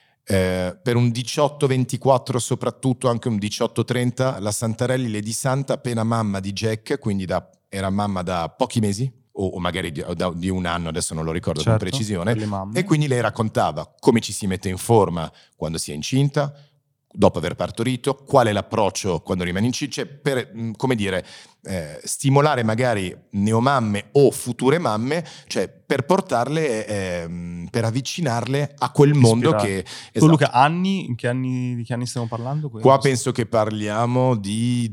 Per un 18-24, soprattutto anche un 18-30, la Santarelli Lady Santa, appena mamma di Jack, quindi era mamma da pochi mesi o magari di un anno, adesso non lo ricordo con precisione, e quindi lei raccontava come ci si mette in forma quando si è incinta, dopo aver partorito, qual è l'approccio quando rimane incinta, cioè per, come dire, stimolare magari neomamme o future mamme, cioè per portarle, per avvicinarle a quel mondo che... Esatto. Luca, di che anni stiamo parlando? Qua penso che parliamo di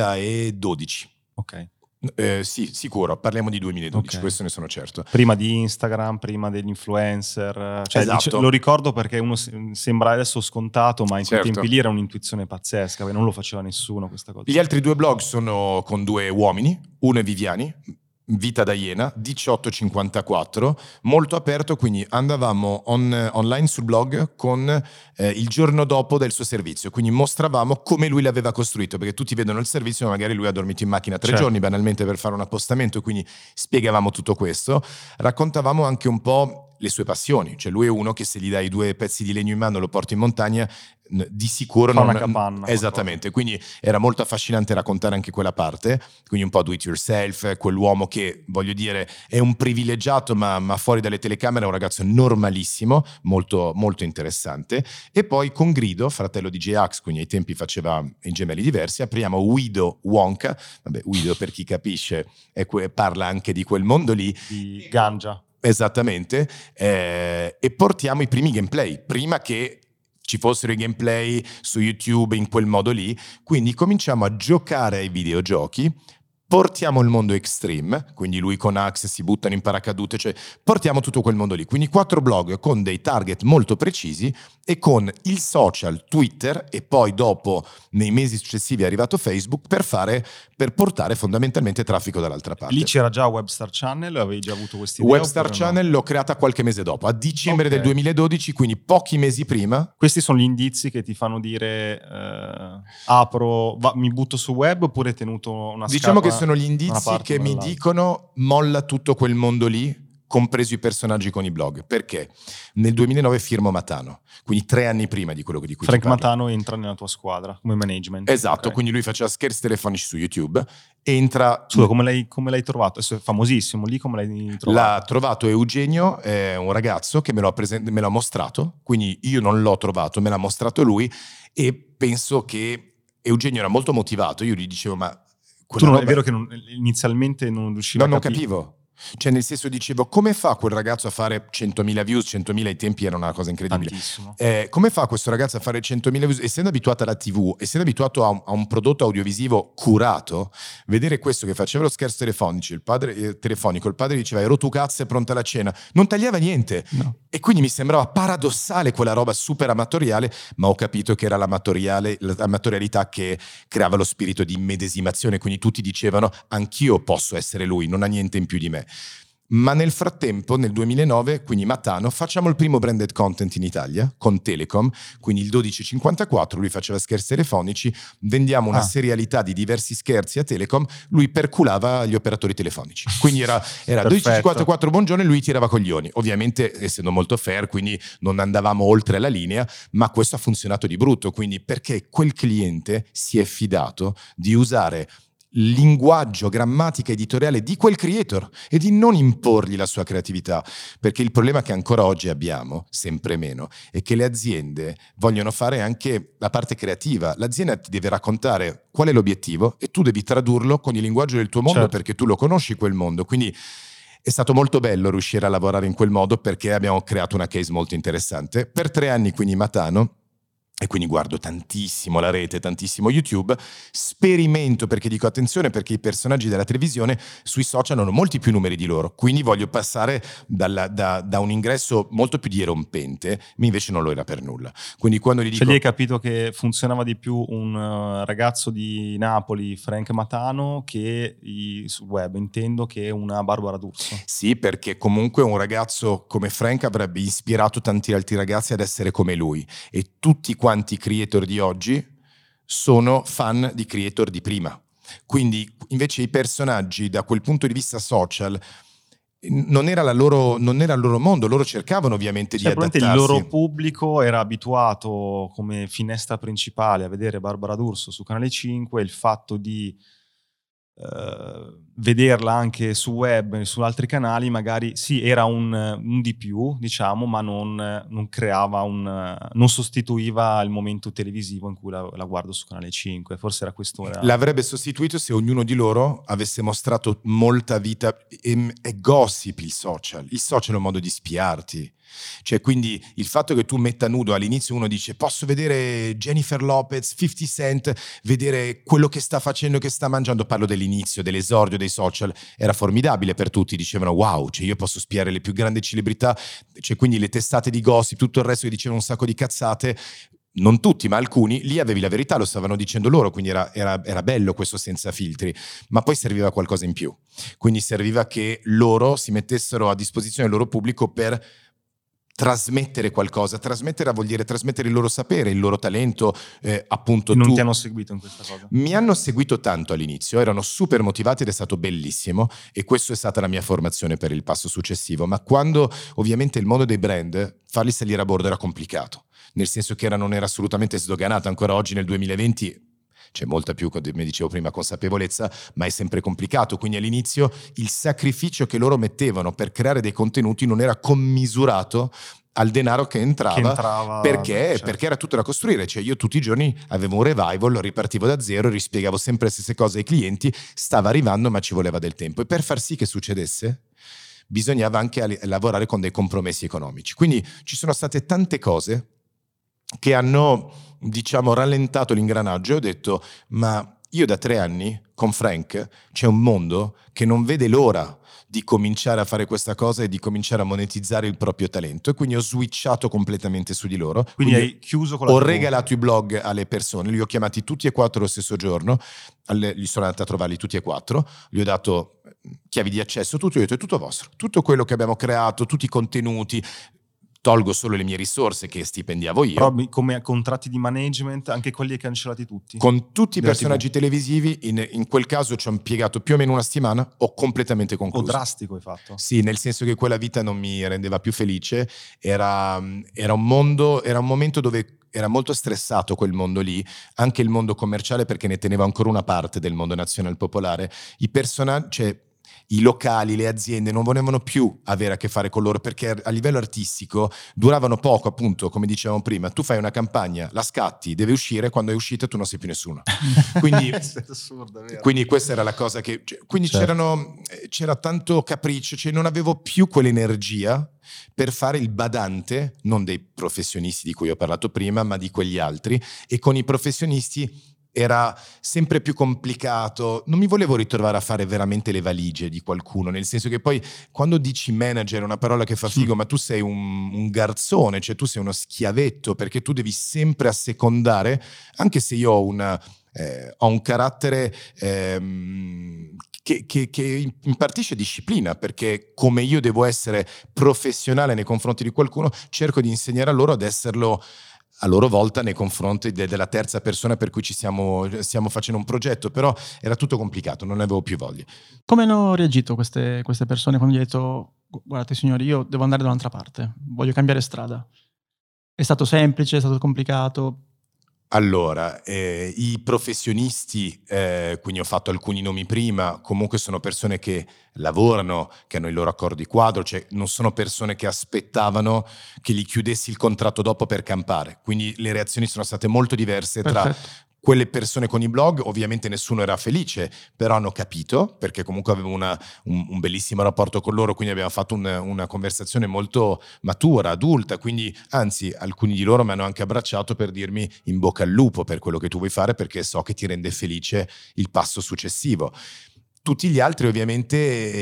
2012. Ok. Sì, sicuro, parliamo di 2012, questo ne sono certo. Prima di Instagram, prima degli influencer, cioè, esatto. Lo ricordo perché uno sembra adesso scontato, ma in quei tempi lì era un'intuizione pazzesca, non lo faceva nessuno questa cosa. Gli altri 2 blog sono con 2 uomini, uno è Viviani, Vita da Iena, 1854, molto aperto, quindi andavamo online sul blog con il giorno dopo del suo servizio, quindi mostravamo come lui l'aveva costruito, perché tutti vedono il servizio, ma magari lui ha dormito in macchina 3 giorni banalmente per fare un appostamento, quindi spiegavamo tutto questo, raccontavamo anche un po' le sue passioni, cioè lui è uno che se gli dai 2 pezzi di legno in mano, lo porti in montagna, di sicuro fa una capanna. Esattamente, quindi era molto affascinante raccontare anche quella parte, quindi un po' do it yourself, quell'uomo che, voglio dire, è un privilegiato ma fuori dalle telecamere è un ragazzo normalissimo, molto, molto interessante. E poi con Grido, fratello di J-Ax, quindi ai tempi faceva i gemelli diversi, apriamo Guido Wonka, vabbè, Guido per chi capisce parla anche di quel mondo lì, di ganja. Esattamente, e portiamo i primi gameplay, prima che ci fossero i gameplay su YouTube in quel modo lì, quindi cominciamo a giocare ai videogiochi portiamo il mondo extreme, quindi lui con Axe si buttano in paracadute, cioè portiamo tutto quel mondo lì. Quindi 4 blog con dei target molto precisi e con il social Twitter e poi dopo nei mesi successivi è arrivato Facebook per portare fondamentalmente traffico dall'altra parte. Lì c'era già Webstar Channel, avevi già avuto questa idea? Webstar Channel l'ho creata qualche mese dopo, a dicembre del 2012, quindi pochi mesi prima. Questi sono gli indizi che ti fanno dire mi butto su web, oppure hai tenuto una Diciamo che sono gli indizi che mi dicono molla tutto quel mondo lì, compreso i personaggi con i blog. Perché nel 2009 firmo Matano, quindi 3 anni prima di quello di cui Frank Matano entra nella tua squadra come management. Esatto, okay. Quindi lui faceva scherzi telefonici su YouTube. Entra. Scusa, come l'hai trovato? Adesso è famosissimo, lì come l'hai trovato? L'ha trovato Eugenio, è un ragazzo che me l'ha mostrato, quindi io non l'ho trovato, me l'ha mostrato lui, e penso che Eugenio era molto motivato. Io gli dicevo, ma tu non è vero che inizialmente non riuscivi a capire? Non capivo. Cioè nel senso dicevo, come fa quel ragazzo a fare 100.000 views? 100.000 ai tempi era una cosa incredibile. Come fa questo ragazzo a fare 100.000 views? Essendo abituato alla TV, essendo abituato a un prodotto audiovisivo curato, vedere questo che faceva lo scherzo telefonico, il padre diceva ero tu cazzo, è pronta la cena, non tagliava niente, no. E quindi mi sembrava paradossale quella roba super amatoriale, ma ho capito che era l'amatorialità che creava lo spirito di immedesimazione, quindi tutti dicevano anch'io posso essere lui, non ha niente in più di me. Ma nel frattempo, nel 2009, quindi Matano, facciamo il primo branded content in Italia con Telecom, quindi il 1254, lui faceva scherzi telefonici, vendiamo una serialità di diversi scherzi a Telecom, lui perculava gli operatori telefonici. Quindi era 1254 buongiorno e lui tirava coglioni. Ovviamente essendo molto fair, quindi non andavamo oltre la linea, ma questo ha funzionato di brutto, quindi perché quel cliente si è fidato di usare linguaggio, grammatica editoriale di quel creator e di non imporgli la sua creatività, perché il problema che ancora oggi abbiamo, sempre meno, è che le aziende vogliono fare anche la parte creativa. L'azienda ti deve raccontare qual è l'obiettivo e tu devi tradurlo con il linguaggio del tuo mondo, certo, perché tu lo conosci quel mondo. Quindi è stato molto bello riuscire a lavorare in quel modo, perché abbiamo creato una case molto interessante. Per 3 anni quindi Matano, e quindi guardo tantissimo la rete, tantissimo YouTube, sperimento, perché dico attenzione, perché i personaggi della televisione sui social hanno molti più numeri di loro, quindi voglio passare da un ingresso molto più dirompente, ma invece non lo era per nulla. Quindi quando gli dico... Cioè lì hai capito che funzionava di più un ragazzo di Napoli, Frank Matano, che su web, intendo, che una Barbara D'Urso. Sì, perché comunque un ragazzo come Frank avrebbe ispirato tanti altri ragazzi ad essere come lui, e tutti quanti creator di oggi sono fan di creator di prima. Quindi invece i personaggi da quel punto di vista social non era il loro mondo, loro cercavano ovviamente di adattarsi. Il loro pubblico era abituato come finestra principale a vedere Barbara D'Urso su Canale 5, il fatto di vederla anche su web e su altri canali magari sì era un di più, diciamo, ma non creava non sostituiva il momento televisivo in cui la guardo su Canale 5. Forse era questo. L'avrebbe sostituito se ognuno di loro avesse mostrato molta vita. È gossip il social è un modo di spiarti. Cioè, quindi il fatto che tu metta nudo all'inizio, uno dice posso vedere Jennifer Lopez, 50 Cent, vedere quello che sta facendo, che sta mangiando. Parlo dell'inizio, dell'esordio dei social, era formidabile per tutti, dicevano wow, cioè io posso spiare le più grandi celebrità, cioè quindi le testate di gossip, tutto il resto che dicevano un sacco di cazzate. Non tutti, ma alcuni, lì avevi la verità, lo stavano dicendo loro, quindi era bello questo senza filtri, ma poi serviva qualcosa in più, quindi serviva che loro si mettessero a disposizione del loro pubblico per trasmettere qualcosa. Trasmettere vuol dire trasmettere il loro sapere, il loro talento, appunto. Non ti hanno seguito in questa cosa? Mi hanno seguito tanto all'inizio, erano super motivati ed è stato bellissimo, e questa è stata la mia formazione per il passo successivo. Ma quando ovviamente il mondo dei brand, farli salire a bordo era complicato, nel senso che non era assolutamente sdoganato. Ancora oggi nel 2020 c'è molta più, come dicevo prima, consapevolezza, ma è sempre complicato. Quindi all'inizio il sacrificio che loro mettevano per creare dei contenuti non era commisurato al denaro che entrava perché era tutto da costruire. Cioè io tutti i giorni avevo un revival, ripartivo da zero, rispiegavo sempre le stesse cose ai clienti, stava arrivando ma ci voleva del tempo, e per far sì che succedesse bisognava anche lavorare con dei compromessi economici. Quindi ci sono state tante cose che hanno, diciamo, rallentato l'ingranaggio, e ho detto ma io da 3 anni con Frank c'è un mondo che non vede l'ora di cominciare a fare questa cosa e di cominciare a monetizzare il proprio talento, e quindi ho switchato completamente su di loro. Quindi hai chiuso con la ho regalato i blog alle persone, li ho chiamati tutti e 4 lo stesso giorno, gli sono andato a trovarli tutti e 4, gli ho dato chiavi di accesso, tutto, io ho detto è tutto vostro, tutto quello che abbiamo creato, tutti i contenuti. Tolgo solo le mie risorse che stipendiavo io. Però come contratti di management, anche quelli hai cancellati tutti? Con tutti i personaggi televisivi, in quel caso ci ho impiegato più o meno una settimana, ho completamente concluso. Drastico hai fatto? Sì, nel senso che quella vita non mi rendeva più felice, era un momento dove era molto stressato quel mondo lì, anche il mondo commerciale, perché ne teneva ancora una parte del mondo nazionale popolare. I personaggi... Cioè, i locali, le aziende non volevano più avere a che fare con loro, perché a livello artistico duravano poco, appunto, come dicevamo prima. Tu fai una campagna, la scatti, deve uscire, quando è uscita tu non sei più nessuno. Quindi, assurdo, vero. Quindi questa era la cosa che... Quindi c'era tanto capriccio, cioè non avevo più quell'energia per fare il badante, non dei professionisti di cui ho parlato prima, ma di quegli altri, e con i professionisti era sempre più complicato, non mi volevo ritrovare a fare veramente le valigie di qualcuno, nel senso che poi quando dici manager è una parola che fa figo, ma tu sei un garzone, cioè tu sei uno schiavetto, perché tu devi sempre assecondare, anche se io ho un carattere che impartisce disciplina, perché come io devo essere professionale nei confronti di qualcuno, cerco di insegnare a loro ad esserlo a loro volta nei confronti della terza persona per cui stiamo facendo un progetto, però era tutto complicato, non ne avevo più voglia. Come hanno reagito queste persone quando gli hai detto guardate signori, io devo andare da un'altra parte, voglio cambiare strada? È stato semplice, è stato complicato? Allora, i professionisti, quindi ho fatto alcuni nomi prima, comunque sono persone che lavorano, che hanno i loro accordi quadro, cioè non sono persone che aspettavano che gli chiudessi il contratto dopo per campare, quindi le reazioni sono state molto diverse. Perfetto. Tra quelle persone con i blog, ovviamente nessuno era felice, però hanno capito, perché comunque avevo un bellissimo rapporto con loro, quindi abbiamo fatto una conversazione molto matura, adulta, quindi anzi alcuni di loro mi hanno anche abbracciato per dirmi in bocca al lupo per quello che tu vuoi fare, perché so che ti rende felice il passo successivo. Tutti gli altri ovviamente,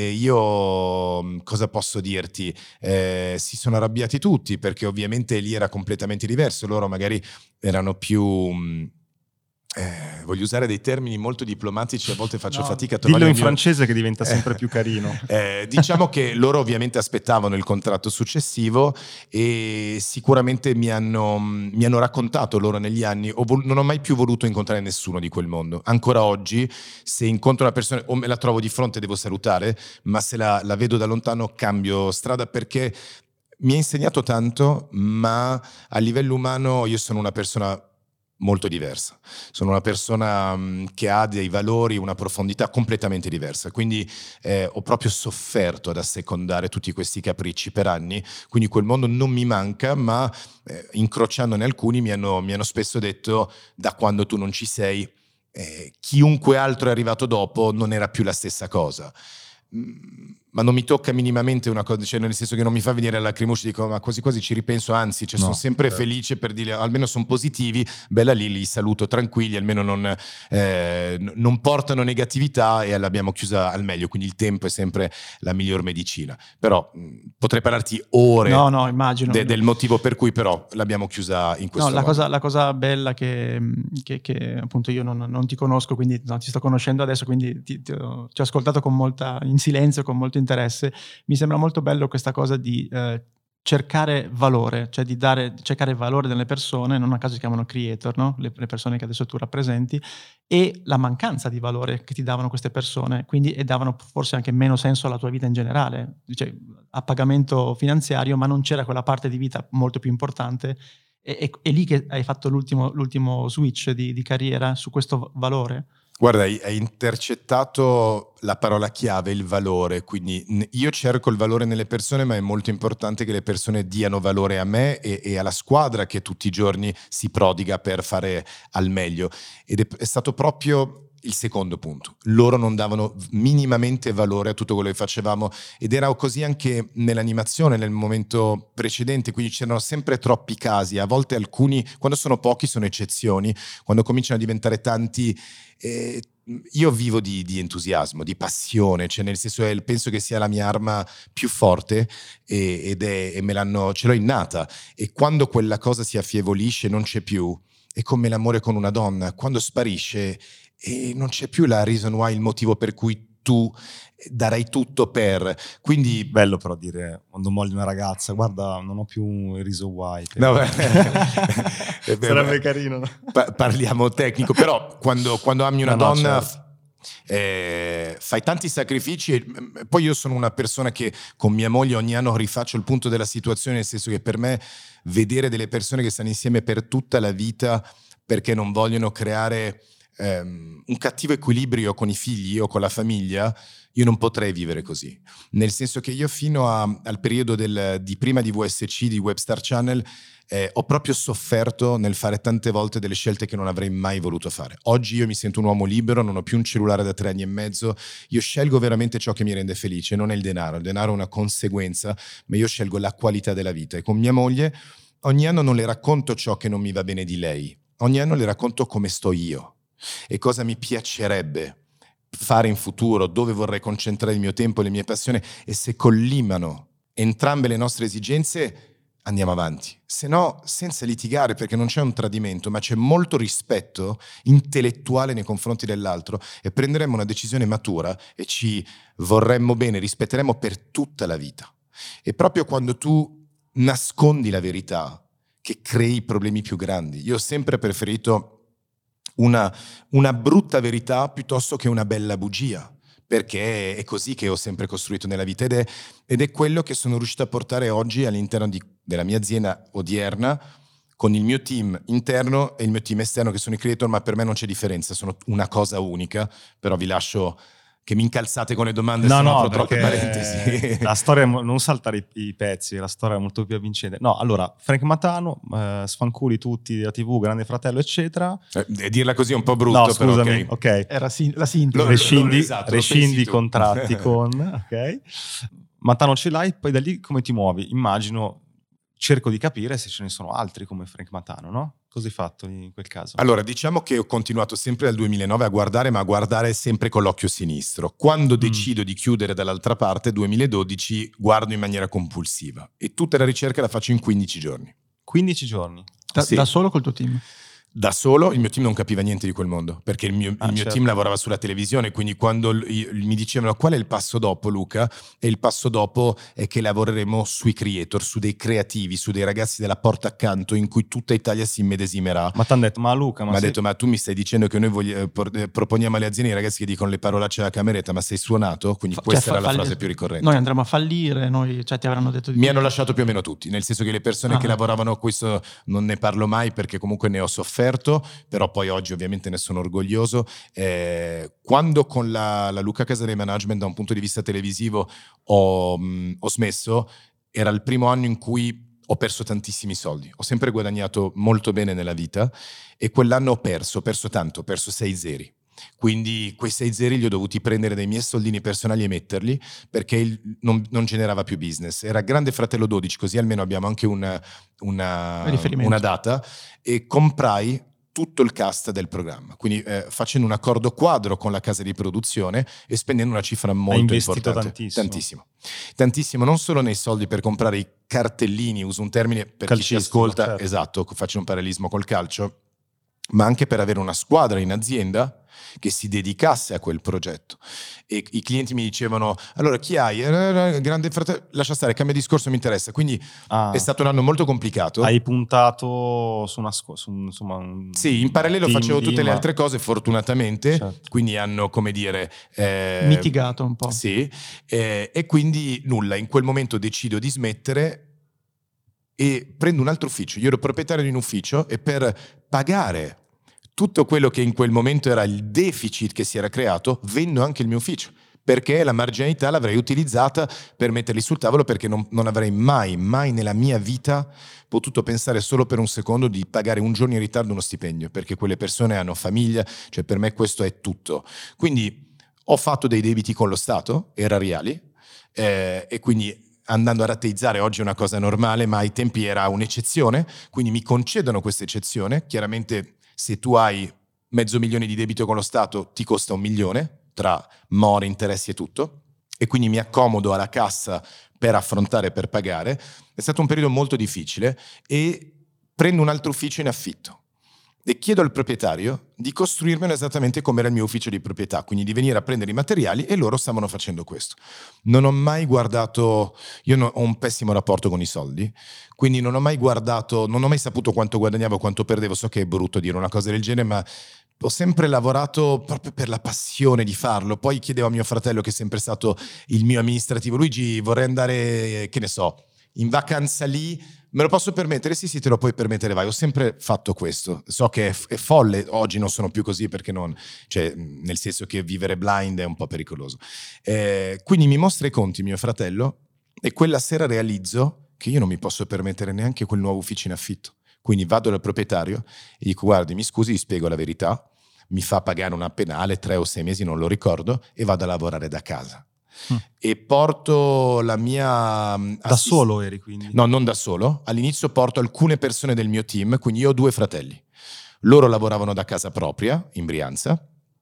io cosa posso dirti? Si sono arrabbiati tutti, perché ovviamente lì era completamente diverso, loro magari erano più... voglio usare dei termini molto diplomatici, a volte faccio fatica a trovare. Dillo in francese che diventa sempre più carino. Diciamo che loro ovviamente aspettavano il contratto successivo e sicuramente mi hanno raccontato loro negli anni, non ho mai più voluto incontrare nessuno di quel mondo. Ancora oggi, se incontro una persona o me la trovo di fronte devo salutare, ma se la vedo da lontano cambio strada, perché mi ha insegnato tanto, ma a livello umano io sono una persona molto diversa, sono una persona che ha dei valori, una profondità completamente diversa, quindi ho proprio sofferto ad assecondare tutti questi capricci per anni, quindi quel mondo non mi manca, ma incrociandone alcuni mi hanno spesso detto: da quando tu non ci sei, chiunque altro è arrivato dopo non era più la stessa cosa. Ma non mi tocca minimamente una cosa, cioè nel senso che non mi fa venire la lacrimuccia, dico ma quasi quasi ci ripenso, anzi sono sempre felice per dire almeno sono positivi, bella lì, li saluto tranquilli, almeno non portano negatività e l'abbiamo chiusa al meglio, quindi il tempo è sempre la miglior medicina. Però potrei parlarti ore immagino. Del motivo per cui però l'abbiamo chiusa in questo modo. La cosa bella che appunto io non ti conosco, quindi ti sto conoscendo adesso, quindi ti ho ascoltato in silenzio, con molto interesse. Mi sembra molto bello questa cosa di cercare valore, cioè di cercare valore nelle persone, non a caso si chiamano creator, no? Le persone che adesso tu rappresenti, e la mancanza di valore che ti davano queste persone, quindi, e davano forse anche meno senso alla tua vita in generale, cioè a pagamento finanziario, ma non c'era quella parte di vita molto più importante. È lì che hai fatto l'ultimo switch di carriera su questo valore? Guarda, hai intercettato la parola chiave, il valore, quindi io cerco il valore nelle persone, ma è molto importante che le persone diano valore a me e alla squadra che tutti i giorni si prodiga per fare al meglio, ed è stato proprio il secondo punto, loro non davano minimamente valore a tutto quello che facevamo, ed era così anche nell'animazione nel momento precedente, quindi c'erano sempre troppi casi, a volte alcuni, quando sono pochi sono eccezioni, quando cominciano a diventare tanti, io vivo di entusiasmo, di passione, cioè nel senso penso che sia la mia arma più forte e ce l'ho innata, e quando quella cosa si affievolisce non c'è più, è come l'amore con una donna, quando sparisce e non c'è più la reason why, il motivo per cui tu darai tutto per, quindi bello però dire quando molli una ragazza, guarda non ho più il riso why, no, sarebbe carino, no? Parliamo tecnico, però quando ami una donna, certo. fai tanti sacrifici, e poi io sono una persona che con mia moglie ogni anno rifaccio il punto della situazione, nel senso che per me vedere delle persone che stanno insieme per tutta la vita perché non vogliono creare un cattivo equilibrio con i figli o con la famiglia, io non potrei vivere così, nel senso che io fino al periodo di prima di VSC, di Webstar Channel, ho proprio sofferto nel fare tante volte delle scelte che non avrei mai voluto fare. Oggi io mi sento un uomo libero, non ho più un cellulare da 3 anni e mezzo, io scelgo veramente ciò che mi rende felice, non è il denaro è una conseguenza, ma io scelgo la qualità della vita, e con mia moglie ogni anno non le racconto ciò che non mi va bene di lei, ogni anno le racconto come sto io e cosa mi piacerebbe fare in futuro, dove vorrei concentrare il mio tempo e le mie passioni, e se collimano entrambe le nostre esigenze andiamo avanti, se no senza litigare, perché non c'è un tradimento ma c'è molto rispetto intellettuale nei confronti dell'altro, e prenderemo una decisione matura e ci vorremmo bene, rispetteremo per tutta la vita. E proprio quando tu nascondi la verità che crei problemi più grandi. Io ho sempre preferito una brutta verità piuttosto che una bella bugia, perché è così che ho sempre costruito nella vita, ed è quello che sono riuscito a portare oggi all'interno della mia azienda odierna, con il mio team interno e il mio team esterno che sono i creator, ma per me non c'è differenza, sono una cosa unica. Però vi lascio che mi incalzate con le domande, se no apro troppe parentesi. La storia, non saltare i pezzi, la storia è molto più avvincente. No, allora, Frank Matano, sfanculi tutti della TV, Grande Fratello, eccetera. Dirla così è un po' brutto, no, scusami, però ok. Era la sintesi. Rescindi i contratti con... Ok. Matano ce l'hai, poi da lì come ti muovi? Immagino, cerco di capire se ce ne sono altri come Frank Matano, no? Cosa hai fatto in quel caso? Allora, diciamo che ho continuato sempre dal 2009 a guardare, ma a guardare sempre con l'occhio sinistro. Quando decido di chiudere dall'altra parte, 2012, guardo in maniera compulsiva. E tutta la ricerca la faccio in 15 giorni. 15 giorni? Sì. Da solo col tuo team? Da solo, il mio team non capiva niente di quel mondo, perché il mio certo. team lavorava sulla televisione, quindi quando mi dicevano qual è il passo dopo, Luca, e il passo dopo è che lavoreremo sui creator, su dei creativi, su dei ragazzi della porta accanto in cui tutta Italia si immedesimerà. Ma ti hanno detto, ma Luca... Ma ha detto, ma tu mi stai dicendo che noi proponiamo alle aziende i ragazzi che dicono le parolacce alla cameretta, ma sei suonato? Quindi questa era la frase più ricorrente. Noi andremo a fallire, ti avranno detto di... Mi hanno lasciato più o meno tutti, nel senso che le persone che lavoravano, questo non ne parlo mai perché comunque ne ho sofferto, però poi oggi ovviamente ne sono orgoglioso. Quando con la Luca Casadei Management da un punto di vista televisivo ho smesso, era il primo anno in cui ho perso tantissimi soldi. Ho sempre guadagnato molto bene nella vita e quell'anno ho perso tanto, ho perso 6 zeri. Quindi quei 6 zeri li ho dovuti prendere dai miei soldini personali e metterli, perché non generava più business. Era Grande Fratello 12, così almeno abbiamo anche una data, e comprai tutto il cast del programma, quindi facendo un accordo quadro con la casa di produzione e spendendo una cifra molto importante. Tantissimo, non solo nei soldi per comprare i cartellini, uso un termine per chi ci ascolta, certo. Esatto, faccio un parallelismo col calcio, ma anche per avere una squadra in azienda che si dedicasse a quel progetto. E i clienti mi dicevano, allora chi hai? Grande Fratello, lascia stare, cambia discorso, mi interessa. Quindi è stato un anno molto complicato. Hai puntato su una sì, in parallelo facevo tutte le altre cose, fortunatamente, certo. Quindi hanno, come dire, mitigato un po'. Sì, e quindi nulla, in quel momento decido di smettere e prendo un altro ufficio. Io ero proprietario di un ufficio e per pagare tutto quello che in quel momento era il deficit che si era creato, vendo anche il mio ufficio, perché la marginalità l'avrei utilizzata per metterli sul tavolo, perché non avrei mai nella mia vita potuto pensare solo per un secondo di pagare un giorno in ritardo uno stipendio, perché quelle persone hanno famiglia, cioè per me questo è tutto. Quindi ho fatto dei debiti con lo Stato, erariali, e quindi andando a rateizzare oggi è una cosa normale, ma ai tempi era un'eccezione, quindi mi concedono questa eccezione. Chiaramente se tu hai $500,000 di debito con lo Stato ti costa $1 milione, tra more, interessi e tutto, e quindi mi accomodo alla cassa per affrontare, per pagare. È stato un periodo molto difficile e prendo un altro ufficio in affitto e chiedo al proprietario di costruirmelo esattamente come era il mio ufficio di proprietà, quindi di venire a prendere i materiali, e loro stavano facendo questo. Non ho mai guardato, ho un pessimo rapporto con i soldi, quindi non ho mai saputo quanto guadagnavo, quanto perdevo. So che è brutto dire una cosa del genere, ma ho sempre lavorato proprio per la passione di farlo. Poi chiedevo a mio fratello, che è sempre stato il mio amministrativo: Luigi, vorrei andare, che ne so, in vacanza lì, me lo posso permettere? Sì, te lo puoi permettere, vai. Ho sempre fatto questo. So che è folle, oggi non sono più così, perché nel senso che vivere blind è un po' pericoloso. Quindi mi mostra i conti mio fratello, e quella sera realizzo che io non mi posso permettere neanche quel nuovo ufficio in affitto. Quindi vado dal proprietario e dico: guardi, mi scusi, gli spiego la verità, mi fa pagare una penale, 3 o 6 mesi, non lo ricordo, e vado a lavorare da casa. E porto la mia... Da solo eri, quindi? No, non da solo. All'inizio porto alcune persone del mio team, quindi io ho 2 fratelli. Loro lavoravano da casa propria, in Brianza,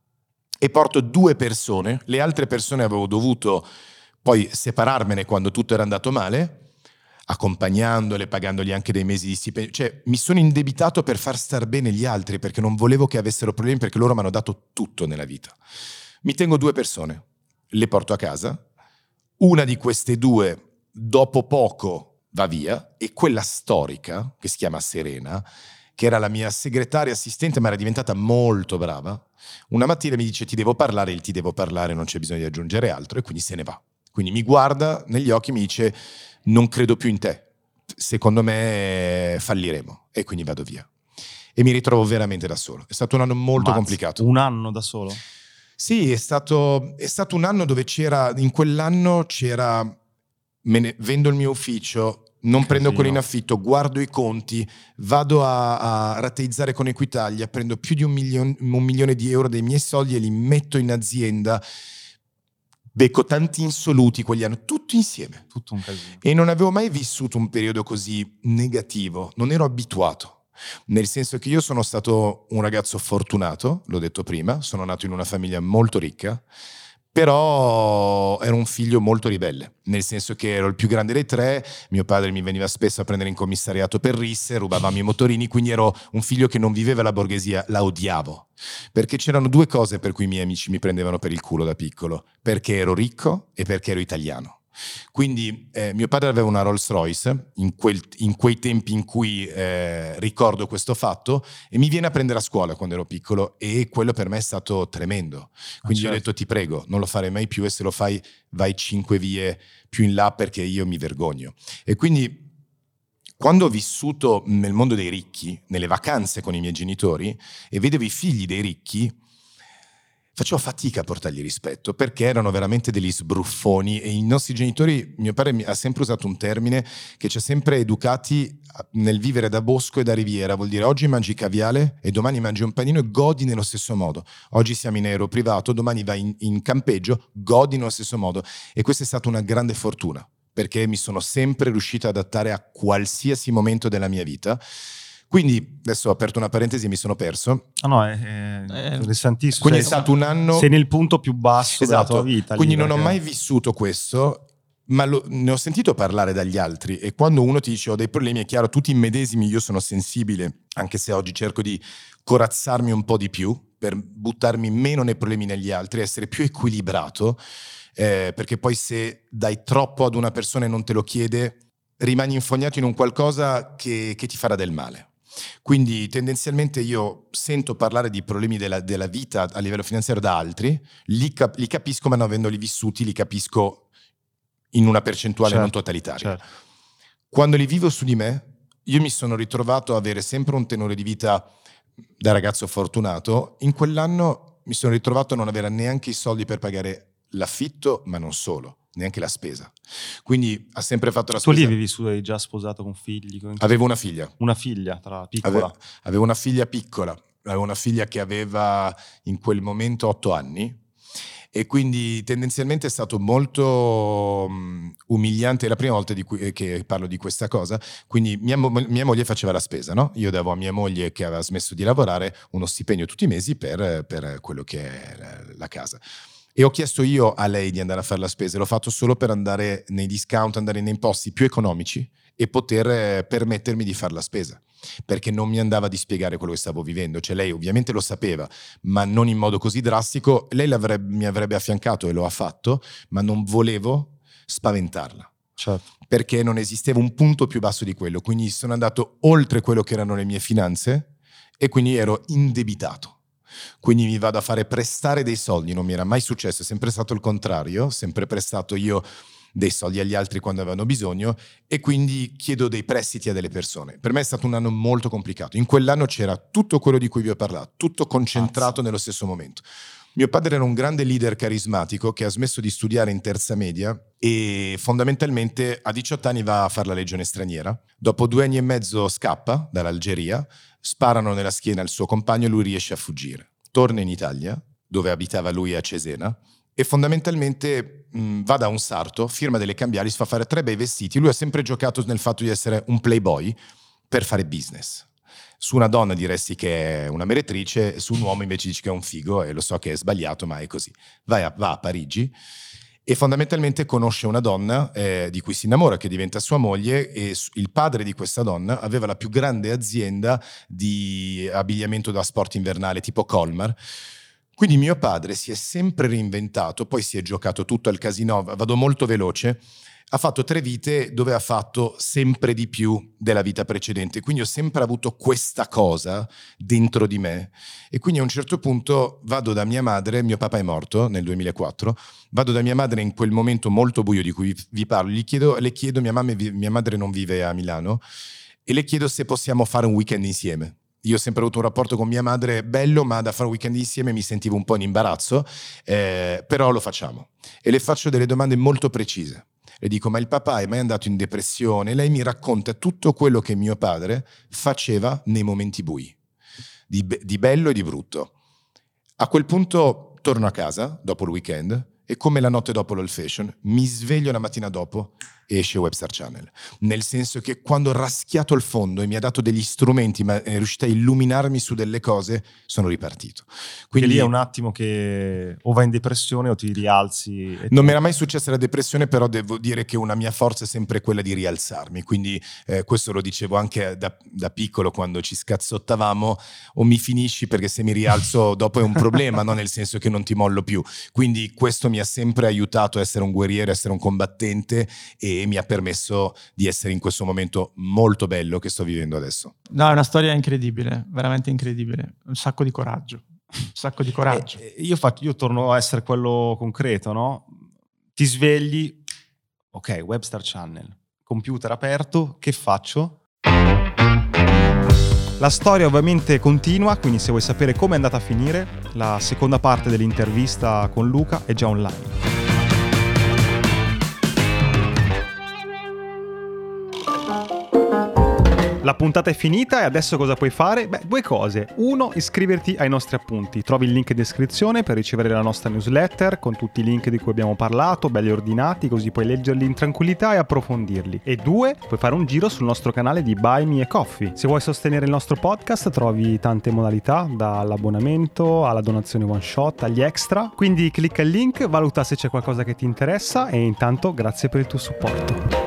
e porto 2 persone. Le altre persone avevo dovuto poi separarmene quando tutto era andato male, accompagnandole, pagandogli anche dei mesi di stipendio. Cioè, mi sono indebitato per far star bene gli altri, perché non volevo che avessero problemi, perché loro mi hanno dato tutto nella vita. Mi tengo 2 persone, le porto a casa, una di queste 2 dopo poco va via, e quella storica, che si chiama Serena, che era la mia segretaria assistente ma era diventata molto brava, una mattina mi dice: ti devo parlare, non c'è bisogno di aggiungere altro, e quindi se ne va. Quindi mi guarda negli occhi e mi dice: non credo più in te, secondo me falliremo, e quindi vado via. E mi ritrovo veramente da solo. È stato un anno molto complicato. Un anno da solo? Sì, è stato un anno dove in quell'anno vendo il mio ufficio, non prendo quello in affitto, guardo i conti, vado a rateizzare con Equitalia, prendo più di $1 milione dei miei soldi e li metto in azienda, becco tanti insoluti quegli anni, tutto insieme. Tutto un casino. E non avevo mai vissuto un periodo così negativo, non ero abituato. Nel senso che io sono stato un ragazzo fortunato, l'ho detto prima, sono nato in una famiglia molto ricca, però ero un figlio molto ribelle, nel senso che ero il più grande dei 3, mio padre mi veniva spesso a prendere in commissariato per risse, rubavamo i motorini, quindi ero un figlio che non viveva la borghesia, la odiavo, perché c'erano 2 cose per cui i miei amici mi prendevano per il culo da piccolo: perché ero ricco e perché ero italiano. Quindi mio padre aveva una Rolls Royce in quei tempi in cui ricordo questo fatto, e mi viene a prendere a scuola quando ero piccolo, e quello per me è stato tremendo. Quindi certo. Io ho detto: ti prego, non lo farei mai più, e se lo fai vai 5 vie più in là, perché io mi vergogno. E quindi quando ho vissuto nel mondo dei ricchi, nelle vacanze con i miei genitori, e vedevo i figli dei ricchi, facevo fatica a portargli rispetto, perché erano veramente degli sbruffoni, e i nostri genitori, mio padre ha sempre usato un termine che ci ha sempre educati nel vivere da bosco e da riviera, vuol dire: oggi mangi caviale e domani mangi un panino e godi nello stesso modo. Oggi siamo in aereo privato, domani vai in campeggio, godi nello stesso modo. E questa è stata una grande fortuna, perché mi sono sempre riuscito ad adattare a qualsiasi momento della mia vita. Quindi adesso ho aperto una parentesi e mi sono perso. No, è interessantissimo. Quindi è stato un anno... Sei nel punto più basso della tua vita. Quindi non ho mai vissuto questo, ma ne ho sentito parlare dagli altri, e quando uno ti dice: ho dei problemi, è chiaro, tu ti immedesimi. Io sono sensibile, anche se oggi cerco di corazzarmi un po' di più per buttarmi meno nei problemi negli altri, essere più equilibrato, perché poi se dai troppo ad una persona e non te lo chiede, rimani infognato in un qualcosa che ti farà del male. Quindi tendenzialmente io sento parlare di problemi della vita a livello finanziario da altri, li capisco, ma non avendoli vissuti li capisco in una percentuale non totalitaria. Certo. Quando li vivo su di me, io mi sono ritrovato a avere sempre un tenore di vita da ragazzo fortunato. In quell'anno mi sono ritrovato a non avere neanche i soldi per pagare l'affitto, ma non solo, neanche la spesa. Quindi ha sempre fatto la spesa. Tu lì vivi su, eri già sposato con figli? Avevo una figlia. Una figlia, tra piccola? Avevo una figlia piccola, avevo una figlia che aveva in quel momento 8 anni, e quindi tendenzialmente è stato molto umiliante. È la prima volta che parlo di questa cosa. Quindi mia moglie faceva la spesa, no? Io davo a mia moglie, che aveva smesso di lavorare, uno stipendio tutti i mesi per quello che è la casa. E ho chiesto io a lei di andare a fare la spesa. L'ho fatto solo per andare nei discount, andare nei posti più economici e poter permettermi di fare la spesa, perché non mi andava di spiegare quello che stavo vivendo. Cioè lei ovviamente lo sapeva, ma non in modo così drastico. Lei mi avrebbe affiancato, e lo ha fatto, ma non volevo spaventarla. Certo. Perché non esisteva un punto più basso di quello. Quindi sono andato oltre quello che erano le mie finanze e quindi ero indebitato. Quindi mi vado a fare prestare dei soldi. Non mi era mai successo, è sempre stato il contrario, sempre prestato io dei soldi agli altri quando avevano bisogno, e quindi chiedo dei prestiti a delle persone. Per me è stato un anno molto complicato. In quell'anno c'era tutto quello di cui vi ho parlato, tutto concentrato nello stesso momento. Mio padre era un grande leader carismatico che ha smesso di studiare in terza media e fondamentalmente a 18 anni va a fare la legione straniera. Dopo 2 anni e mezzo scappa dall'Algeria, sparano nella schiena al suo compagno e lui riesce a fuggire. Torna in Italia, dove abitava lui a Cesena, e fondamentalmente va da un sarto, firma delle cambiali, si fa fare 3 bei vestiti. Lui ha sempre giocato nel fatto di essere un playboy per fare business. Su una donna diresti che è una meretrice, su un uomo invece dici che è un figo, e lo so che è sbagliato, ma è così. Va a Parigi e fondamentalmente conosce una donna di cui si innamora, che diventa sua moglie, e il padre di questa donna aveva la più grande azienda di abbigliamento da sport invernale tipo Colmar. Quindi mio padre si è sempre reinventato, poi si è giocato tutto al casino, vado molto veloce, ha fatto 3 vite dove ha fatto sempre di più della vita precedente, quindi ho sempre avuto questa cosa dentro di me, e quindi a un certo punto vado da mia madre, mio papà è morto nel 2004, vado da mia madre in quel momento molto buio di cui vi parlo, le chiedo, mia madre non vive a Milano, e le chiedo se possiamo fare un weekend insieme. Io ho sempre avuto un rapporto con mia madre bello, ma da fare un weekend insieme mi sentivo un po' in imbarazzo, però lo facciamo. E le faccio delle domande molto precise. Le dico: ma il papà è mai andato in depressione? Lei mi racconta tutto quello che mio padre faceva nei momenti bui, di bello e di brutto. A quel punto torno a casa, dopo il weekend, e come la notte dopo l'All Fashion, mi sveglio la mattina dopo e esce Webstar Channel. Nel senso che quando ho raschiato il fondo e mi ha dato degli strumenti, ma è riuscito a illuminarmi su delle cose, sono ripartito. Quindi lì è un attimo che o vai in depressione o ti rialzi. Non mi era mai successa la depressione, però devo dire che una mia forza è sempre quella di rialzarmi. Quindi questo lo dicevo anche da piccolo, quando ci scazzottavamo: o mi finisci, perché se mi rialzo dopo è un problema, no? Nel senso che non ti mollo più. Quindi questo mi ha sempre aiutato a essere un guerriero, a essere un combattente, e mi ha permesso di essere in questo momento molto bello che sto vivendo adesso. No, è una storia incredibile, veramente incredibile. Un sacco di coraggio. Io torno a essere quello concreto, no? Ti svegli, ok, Webstar Channel, computer aperto, che faccio? La storia ovviamente continua, quindi se vuoi sapere come è andata a finire, la seconda parte dell'intervista con Luca è già online. La puntata è finita e adesso cosa puoi fare? Beh, 2 cose. 1, iscriverti ai nostri appunti. Trovi il link in descrizione per ricevere la nostra newsletter con tutti i link di cui abbiamo parlato, belli ordinati, così puoi leggerli in tranquillità e approfondirli. E 2, puoi fare un giro sul nostro canale di Buy Me a Coffee. Se vuoi sostenere il nostro podcast trovi tante modalità, dall'abbonamento alla donazione one shot agli extra. Quindi clicca il link, valuta se c'è qualcosa che ti interessa e intanto grazie per il tuo supporto.